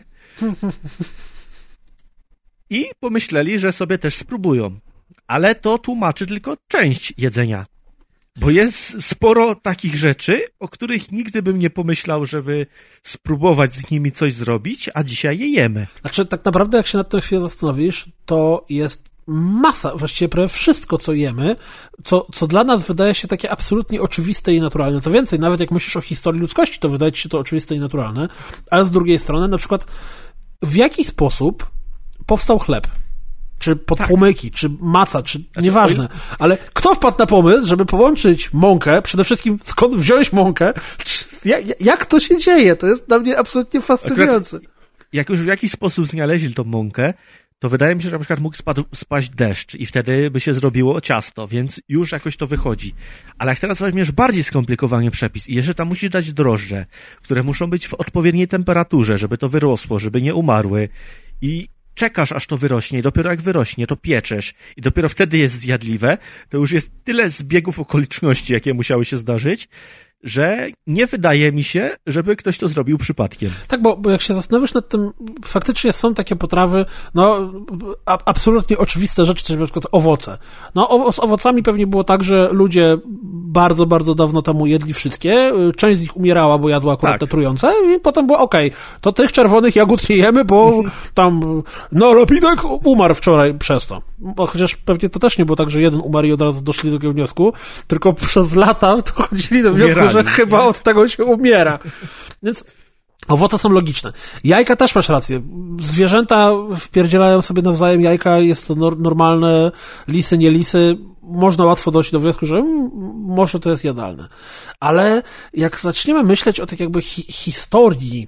I pomyśleli, że sobie też spróbują. Ale to tłumaczy tylko część jedzenia. Bo jest sporo takich rzeczy, o których nigdy bym nie pomyślał, żeby spróbować z nimi coś zrobić, a dzisiaj je jemy. Znaczy, tak naprawdę, jak się nad tym chwilę zastanowisz, to jest masa, właściwie prawie wszystko, co jemy, co, co dla nas wydaje się takie absolutnie oczywiste i naturalne. Co więcej, nawet jak myślisz o historii ludzkości, to wydaje ci się to oczywiste i naturalne, ale z drugiej strony, na przykład, w jaki sposób powstał chleb? Czy podpłomyki, tak. czy maca, czy znaczy, nieważne. Ale kto wpadł na pomysł, żeby połączyć mąkę, przede wszystkim skąd wziąć mąkę, czy, jak, jak to się dzieje? To jest dla mnie absolutnie fascynujące. Akurat, jak już w jakiś sposób znaleźli tą mąkę, to wydaje mi się, że na przykład mógł spadł, spaść deszcz i wtedy by się zrobiło ciasto, więc już jakoś to wychodzi. Ale jak teraz weźmiesz bardziej skomplikowany przepis i jeszcze tam musisz dać drożdże, które muszą być w odpowiedniej temperaturze, żeby to wyrosło, żeby nie umarły i czekasz, aż to wyrośnie i dopiero jak wyrośnie, to pieczesz i dopiero wtedy jest zjadliwe, to już jest tyle zbiegów okoliczności, jakie musiały się zdarzyć, że nie wydaje mi się, żeby ktoś to zrobił przypadkiem. Tak, bo, bo jak się zastanowisz nad tym, faktycznie są takie potrawy, no, a, absolutnie oczywiste rzeczy, coś na przykład owoce. No, o, z owocami pewnie było tak, że ludzie bardzo, bardzo dawno temu jedli wszystkie, część z nich umierała, bo jadła akurat te tak. trujące i potem było okej, okay, to tych czerwonych jagód nie jemy, bo tam, no, Lepidek umarł wczoraj przez to. Bo chociaż pewnie to też nie było tak, że jeden umarł i od razu doszli do tego wniosku, tylko przez lata to chodzili do wniosku, że chyba nie? Od tego się umiera. Więc owoce są logiczne. Jajka też masz rację. Zwierzęta wpierdzielają sobie nawzajem jajka, jest to nor- normalne, lisy, nie lisy. Można łatwo dojść do wniosku, że mm, może to jest jadalne. Ale jak zaczniemy myśleć o tak jakby hi- historii...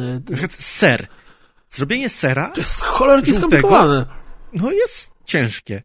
Ser. Zrobienie sera... To jest cholernie skomplikowane. No jest ciężkie.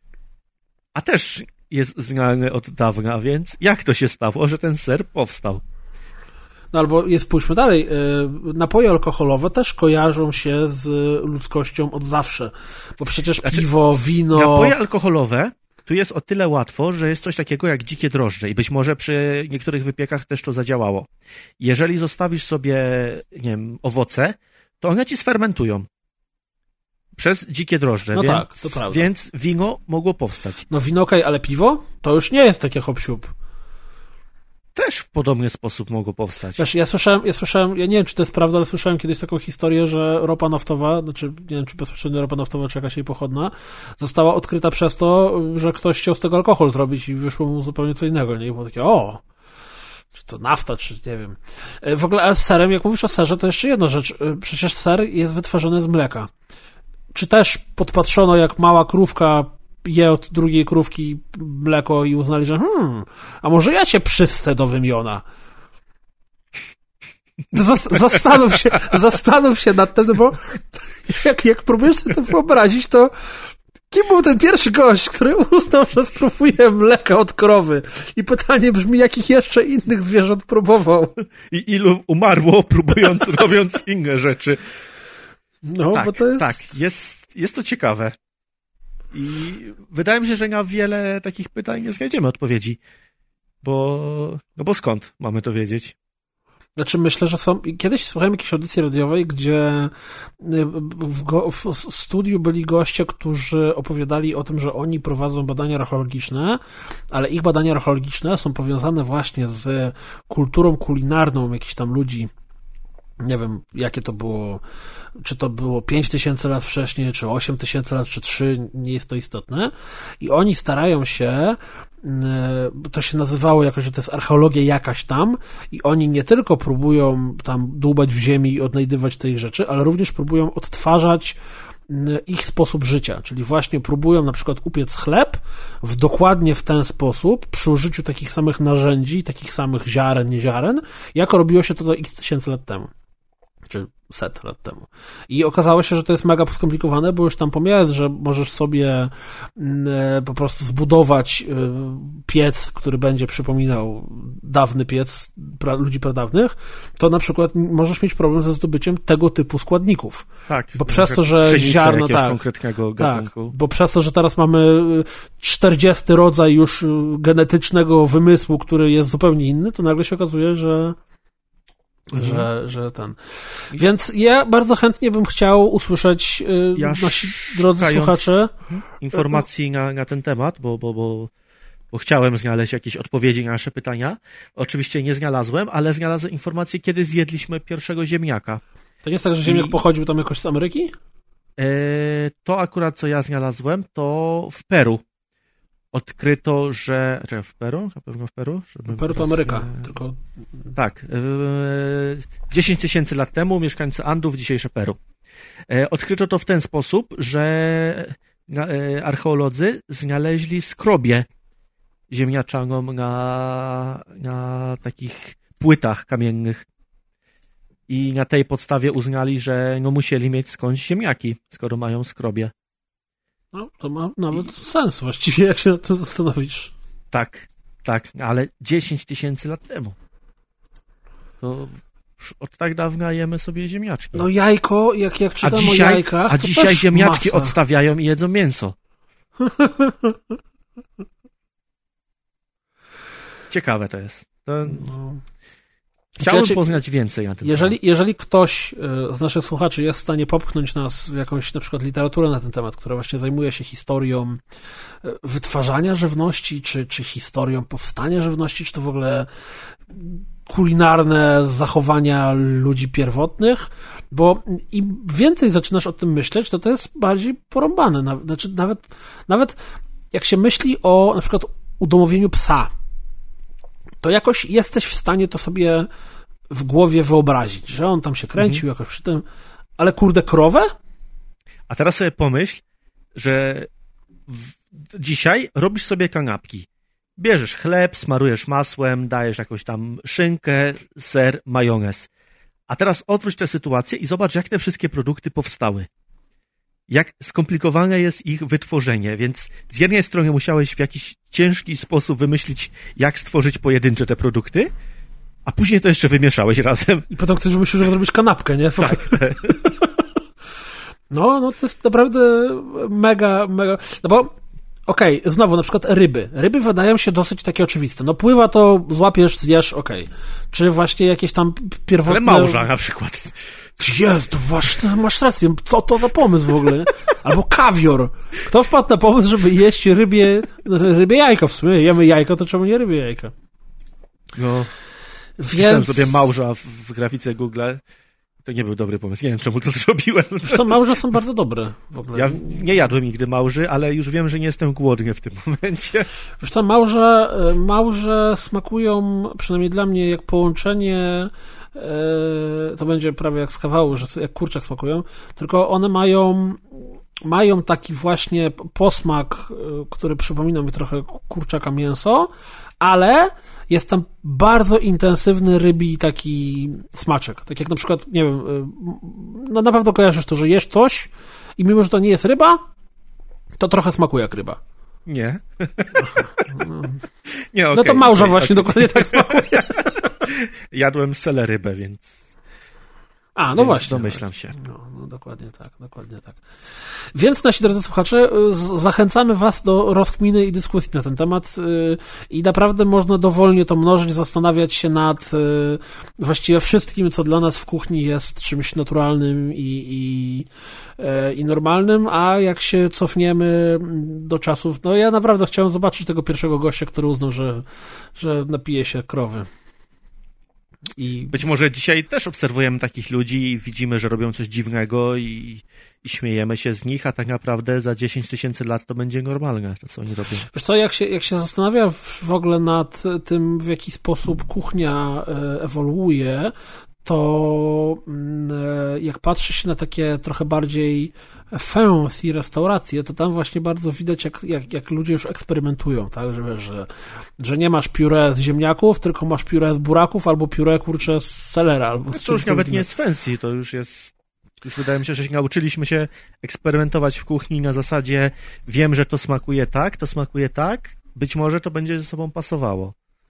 A też jest znany od dawna, więc jak to się stało, że ten ser powstał? No albo jest, pójdźmy dalej, napoje alkoholowe też kojarzą się z ludzkością od zawsze, bo przecież znaczy, piwo, wino... Napoje alkoholowe tu jest o tyle łatwo, że jest coś takiego jak dzikie drożdże i być może przy niektórych wypiekach też to zadziałało. Jeżeli zostawisz sobie, nie wiem, owoce, to one ci sfermentują. Przez dzikie drożdże, no więc, tak, to prawda. Więc wino mogło powstać. No wino okej, okay, ale piwo? To już nie jest takie hop-siup. Też w podobny sposób mogło powstać. Wiesz, ja słyszałem, ja słyszałem, ja nie wiem, czy to jest prawda, ale słyszałem kiedyś taką historię, że ropa naftowa, znaczy nie wiem, czy bezpośrednio ropa naftowa, czy jakaś jej pochodna, została odkryta przez to, że ktoś chciał z tego alkohol zrobić i wyszło mu zupełnie co innego, nie? I było takie, o, czy to nafta, czy nie wiem. W ogóle, ale z serem, jak mówisz o serze, to jeszcze jedna rzecz. Przecież ser jest wytwarzany z mleka. Czy też podpatrzono, jak mała krówka je od drugiej krówki mleko i uznali, że hmm, a może ja się przystę do wymiona. Zas- zastanów się, zastanów się nad tym, no bo jak, jak próbujesz sobie to wyobrazić, to kim był ten pierwszy gość, który uznał, że spróbuje mleka od krowy? I pytanie brzmi, jakich jeszcze innych zwierząt próbował? I ilu umarło, próbując, robiąc inne rzeczy. No, tak, bo to jest... tak, jest, jest to ciekawe. I wydaje mi się, że na wiele takich pytań nie znajdziemy odpowiedzi. Bo, no bo skąd mamy to wiedzieć? Znaczy myślę, że są... Kiedyś słuchałem jakiejś audycji radiowej, gdzie w, go... w studiu byli goście, którzy opowiadali o tym, że oni prowadzą badania archeologiczne, ale ich badania archeologiczne są powiązane właśnie z kulturą kulinarną jakichś tam ludzi. Nie wiem, jakie to było, czy to było pięć tysięcy lat wcześniej, czy osiem tysięcy lat, czy trzy, nie jest to istotne. I oni starają się, to się nazywało jakoś, że to jest archeologia jakaś tam, i oni nie tylko próbują tam dłubać w ziemi i odnajdywać te ich rzeczy, ale również próbują odtwarzać ich sposób życia, czyli właśnie próbują na przykład upiec chleb w dokładnie w ten sposób, przy użyciu takich samych narzędzi, takich samych ziaren, nie ziaren, jak robiło się to do x tysięcy lat temu. Czy set lat temu. I okazało się, że to jest mega skomplikowane, bo już tam pomijając, że możesz sobie y, po prostu zbudować y, piec, który będzie przypominał dawny piec pra, ludzi pradawnych, to na przykład możesz mieć problem ze zdobyciem tego typu składników. Tak. Bo przez to, że ziarno, tak, konkretnego tak, bo przez to, że teraz mamy czterdziesty rodzaj już genetycznego wymysłu, który jest zupełnie inny, to nagle się okazuje, że Mhm. Że, że ten. Więc ja bardzo chętnie bym chciał usłyszeć yy, ja nasi drodzy słuchacze informacji na, na ten temat, bo, bo, bo, bo chciałem znaleźć jakieś odpowiedzi na nasze pytania. Oczywiście nie znalazłem, ale znalazłem informację, kiedy zjedliśmy pierwszego ziemniaka. To nie jest tak, że ziemniak I... pochodził tam jakoś z Ameryki? E, to akurat, co ja znalazłem, to w Peru. Odkryto, że... Czekaj, w Peru? Na pewno w Peru? W Peru to Ameryka, e... tylko... Tak. E... dziesięć tysięcy lat temu mieszkańcy Andów, dzisiejsze Peru. E... Odkryto to w ten sposób, że e... archeolodzy znaleźli skrobie ziemniaczaną na... na takich płytach kamiennych. I na tej podstawie uznali, że no musieli mieć skądś ziemniaki, skoro mają skrobie. No, to ma nawet I... sens właściwie, jak się nad tym zastanowisz. Tak, tak, ale dziesięć tysięcy lat temu. To już od tak dawna jemy sobie ziemniaczki. No jajko, jak, jak czytam a dzisiaj, o jajkach, A to dzisiaj też ziemniaczki masa. Odstawiają i jedzą mięso. Ciekawe to jest. To... No. Chciałbym znaczy, poznać więcej na ten jeżeli, temat. Jeżeli ktoś z naszych słuchaczy jest w stanie popchnąć nas w jakąś na przykład literaturę na ten temat, która właśnie zajmuje się historią wytwarzania żywności, czy, czy historią powstania żywności, czy to w ogóle kulinarne zachowania ludzi pierwotnych, bo im więcej zaczynasz o tym myśleć, to to jest bardziej porąbane. Znaczy nawet, nawet jak się myśli o na przykład udomowieniu psa, to jakoś jesteś w stanie to sobie w głowie wyobrazić, że on tam się kręcił mhm. jakoś przy tym, ale kurde, krowę? A teraz sobie pomyśl, że w... dzisiaj robisz sobie kanapki. Bierzesz chleb, smarujesz masłem, dajesz jakąś tam szynkę, ser, majonez. A teraz odwróć tę sytuację i zobacz, jak te wszystkie produkty powstały. Jak skomplikowane jest ich wytworzenie, więc z jednej strony musiałeś w jakiś ciężki sposób wymyślić, jak stworzyć pojedyncze te produkty, a później to jeszcze wymieszałeś razem. I potem ktoś wymyślił, żeby zrobić kanapkę, nie? Tak. No, no to jest naprawdę mega, mega... No bo okej, okay, znowu na przykład ryby. Ryby wydają się dosyć takie oczywiste. No pływa to, złapiesz, zjesz, okej. Okay. Czy właśnie jakieś tam pierwotne... Ale małża na przykład. Jezu, masz, masz rację, co to za pomysł w ogóle? Albo kawior. Kto wpadł na pomysł, żeby jeść rybie, rybie jajko w sumie? Jemy jajko, to czemu nie rybie jajka? No, więc... Pisałem sobie małża w, w grafice Google. To nie był dobry pomysł. Nie wiem, czemu to zrobiłem. Zresztą małże są bardzo dobre w ogóle. Ja nie jadłem nigdy małży, ale już wiem, że nie jestem głodny w tym momencie. Zresztą małże, małże smakują, przynajmniej dla mnie, jak połączenie, to będzie prawie jak z kawału, że jak kurczak smakują, tylko one mają, mają taki właśnie posmak, który przypomina mi trochę kurczaka mięso, ale jest tam bardzo intensywny rybi taki smaczek. Tak jak na przykład, nie wiem, no na pewno kojarzysz to, że jesz coś i mimo, że to nie jest ryba, to trochę smakuje jak ryba. Nie. No, nie, okay, no to małża okay, właśnie okay. dokładnie tak smakuje. Jadłem selerybę, więc... A, no więc właśnie. domyślam się. No, no dokładnie tak, dokładnie tak. Więc nasi drodzy słuchacze, z- zachęcamy was do rozkminy i dyskusji na ten temat yy, i naprawdę można dowolnie to mnożyć, zastanawiać się nad yy, właściwie wszystkim, co dla nas w kuchni jest czymś naturalnym i, i, yy, i normalnym, a jak się cofniemy do czasów, no ja naprawdę chciałem zobaczyć tego pierwszego gościa, który uznał, że, że napije się krowy. I... Być może dzisiaj też obserwujemy takich ludzi i widzimy, że robią coś dziwnego i, i śmiejemy się z nich, a tak naprawdę za dziesięć tysięcy lat to będzie normalne, to co oni robią. Wiesz co, jak się, jak się zastanawia w ogóle nad tym, w jaki sposób kuchnia ewoluuje, to jak patrzy się na takie trochę bardziej fancy restauracje, to tam właśnie bardzo widać, jak, jak, jak ludzie już eksperymentują, tak, że wiesz, że, że nie masz pióre z ziemniaków, tylko masz pióre z buraków, albo pióre, kurczę, z selera. Albo z to już nawet nie jest fancy, to już jest, już wydaje mi się, że się nauczyliśmy się eksperymentować w kuchni na zasadzie wiem, że to smakuje tak, to smakuje tak, być może to będzie ze sobą pasowało.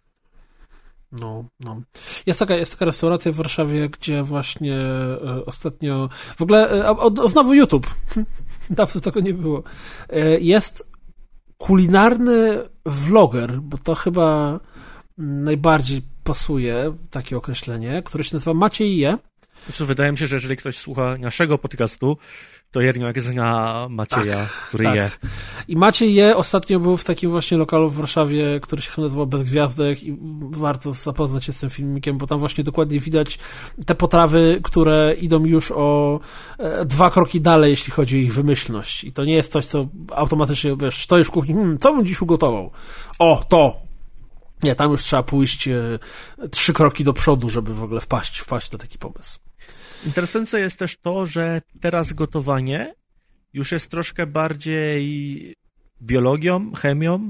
No, no. Jest taka, jest taka restauracja w Warszawie, gdzie właśnie e, ostatnio, w ogóle, e, o, o, znowu YouTube, dawno tego nie było, e, jest kulinarny vloger, bo to chyba najbardziej pasuje, takie określenie, które się nazywa Maciej Je. Zresztą wydaje mi się, że jeżeli ktoś słucha naszego podcastu, to jednak zna Macieja, tak, który tak. je. I Maciej Je ostatnio był w takim właśnie lokalu w Warszawie, który się nazywał Bez Gwiazdek i warto zapoznać się z tym filmikiem, bo tam właśnie dokładnie widać te potrawy, które idą już o e, dwa kroki dalej, jeśli chodzi o ich wymyślność. I to nie jest coś, co automatycznie, wiesz, stoisz w kuchni, hmm, co bym dziś ugotował? O, to! Nie, tam już trzeba pójść e, trzy kroki do przodu, żeby w ogóle wpaść, wpaść na taki pomysł. Interesujące jest też to, że teraz gotowanie już jest troszkę bardziej biologią, chemią,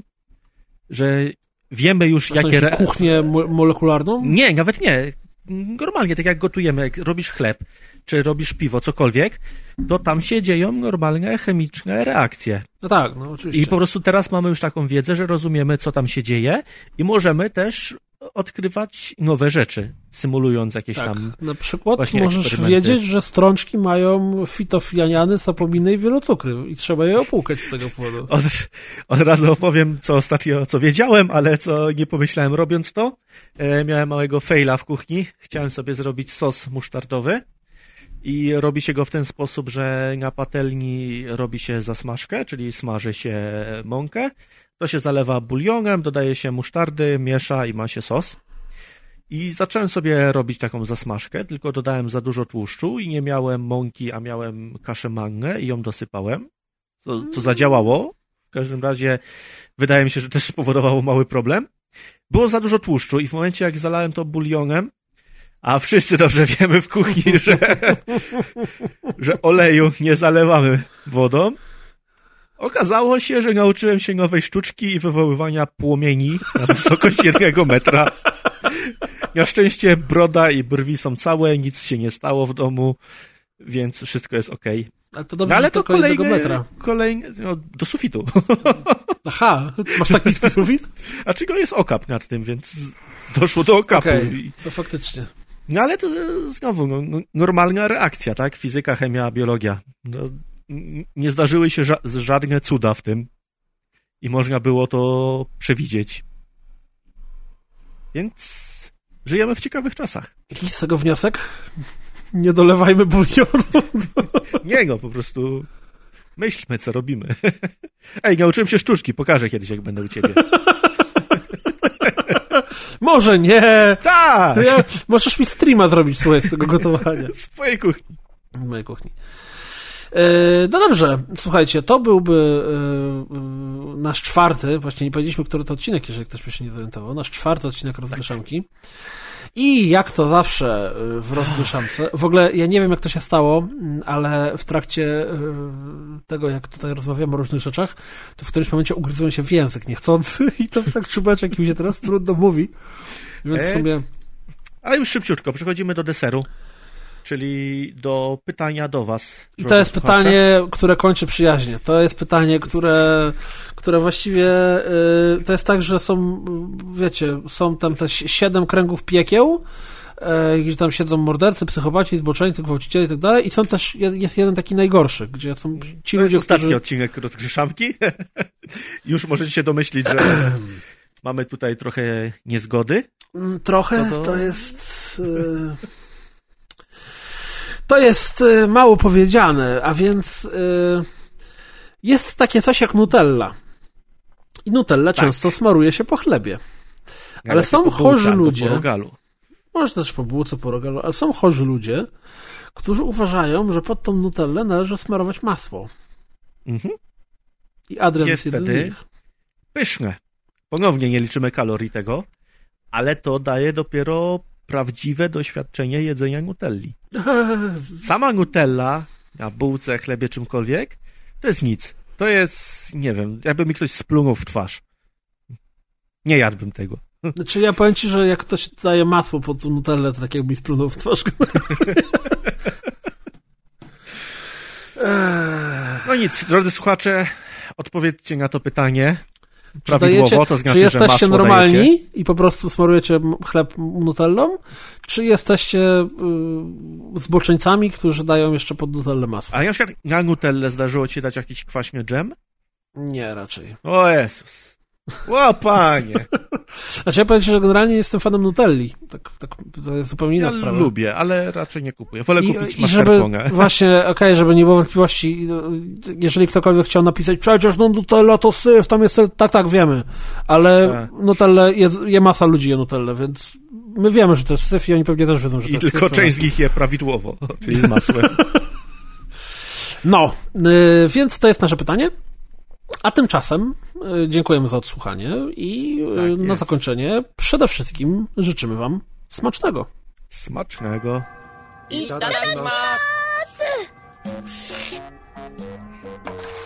że wiemy już, Masz jakie... Re... kuchnię mo- molekularną? Nie, nawet nie. Normalnie, tak jak gotujemy, jak robisz chleb, czy robisz piwo, cokolwiek, to tam się dzieją normalne chemiczne reakcje. No tak, no oczywiście. I po prostu teraz mamy już taką wiedzę, że rozumiemy, co tam się dzieje i możemy też odkrywać nowe rzeczy, symulując jakieś tak, tam na przykład właśnie możesz wiedzieć, że strączki mają fitofilaniany, sapominy i wielocukry i trzeba je opłukać z tego powodu. Od, od razu opowiem, co ostatnio, co wiedziałem, ale co nie pomyślałem robiąc to. E, miałem małego faila w kuchni. Chciałem sobie zrobić sos musztardowy i robi się go w ten sposób, że na patelni robi się zasmażkę, czyli smaży się mąkę. To się zalewa bulionem, dodaje się musztardy, miesza i ma się sos. I zacząłem sobie robić taką zasmażkę, tylko dodałem za dużo tłuszczu i nie miałem mąki, a miałem kaszę mangę i ją dosypałem, co, co zadziałało. W każdym razie wydaje mi się, że też spowodowało mały problem. Było za dużo tłuszczu i w momencie, jak zalałem to bulionem, a wszyscy dobrze wiemy w kuchni, że, że oleju nie zalewamy wodą, okazało się, że nauczyłem się nowej sztuczki i wywoływania płomieni na wysokość jednego metra. Na szczęście broda i brwi są całe, nic się nie stało w domu, więc wszystko jest okej. Okay. Ale to dobrze, no, ale że to kolejnego kolejny, metra. Kolejny, no, do sufitu. Aha, masz tak niski sufit? A czego jest okap nad tym, więc doszło do okapu. Okay, to faktycznie. No ale to znowu no, normalna reakcja, tak? Fizyka, chemia, biologia. No, nie zdarzyły się ża- żadne cuda w tym. i można było to przewidzieć. Więc żyjemy w ciekawych czasach. Jaki z tego wniosek? Nie dolewajmy bulionu. Nie no, po prostu myślmy, co robimy. Ej, nauczyłem się sztuczki, pokażę kiedyś, jak będę u ciebie. Może nie. Tak! Ja, możesz mi streama zrobić, słuchaj, z tego gotowania. Z twojej kuchni. Z mojej kuchni. No dobrze, słuchajcie, to byłby nasz czwarty, właśnie nie powiedzieliśmy, który to odcinek, jeżeli ktoś by się nie zorientował, nasz czwarty odcinek Rozgryszanki. I jak to zawsze w Rozgryszance, w ogóle ja nie wiem, jak to się stało, ale w trakcie tego, jak tutaj rozmawiamy o różnych rzeczach, to w którymś momencie ugryzłem się w język niechcący i to tak czubeczek mi się teraz trudno mówi. Więc w sumie... A już szybciutko, przechodzimy do deseru. Czyli do pytania do was. I to jest słuchacze. Pytanie, które kończy przyjaźnie. To jest pytanie, które, które właściwie yy, to jest tak, że są, wiecie, są tam te siedem kręgów piekieł, yy, gdzie tam siedzą mordercy, psychopaci, zboczeńcy, gwałciciele i tak dalej. I są też, jest jeden taki najgorszy, gdzie są ci to ludzie, jest ostatni którzy... odcinek Rozgryszanki. Już możecie się domyślić, że mamy tutaj trochę niezgody. Trochę, to... to jest... Yy... To jest y, mało powiedziane, a więc y, jest takie coś jak Nutella. I Nutella tak. często smaruje się po chlebie. Ale, ale są chorzy ludzie... Po rogalu. Może też po bułce, po rogalu, ale są chorzy ludzie, którzy uważają, że pod tą Nutellę należy smarować masło. Mhm. I Adrian jest, jest jeden z nich. Pyszne. Ponownie nie liczymy kalorii tego, ale to daje dopiero... prawdziwe doświadczenie jedzenia Nutelli. Sama Nutella na bułce, chlebie, czymkolwiek, to jest nic. To jest, nie wiem, jakby mi ktoś splunął w twarz. Nie jadłbym tego. Znaczy ja powiem ci, że jak ktoś daje masło pod Nutellę, to tak jakby mi splunął w twarz. No nic, drodzy słuchacze, odpowiedzcie na to pytanie. Prawidłowo, to znaczy, czy jesteście że normalni dajecie? I po prostu smarujecie chleb nutellą, czy jesteście y, zboczeńcami, którzy dają jeszcze pod nutellę masło? A na przykład na nutellę zdarzyło ci się dać jakiś kwaśny dżem? Nie, raczej. O Jezus. O Panie. Znaczy ja powiem ci, że generalnie jestem fanem Nutelli. Tak, tak, to jest zupełnie inna ja sprawa. lubię, ale raczej nie kupuję. Wolę I, kupić i mascarpone. Żeby, właśnie, okej, okay, żeby nie było wątpliwości, jeżeli ktokolwiek chciał napisać, przecież no Nutella to syf, tam jest... Tak, tak, wiemy. Ale tak. Nutellę je, je masa ludzi je Nutellę, więc my wiemy, że to jest syf i oni pewnie też wiedzą, że I to jest syf. I tylko część z nich je prawidłowo, czyli z masłem. No, yy, więc to jest nasze pytanie. A tymczasem y, dziękujemy za odsłuchanie i y, tak na zakończenie przede wszystkim życzymy wam smacznego. Smacznego. Itadakimasu!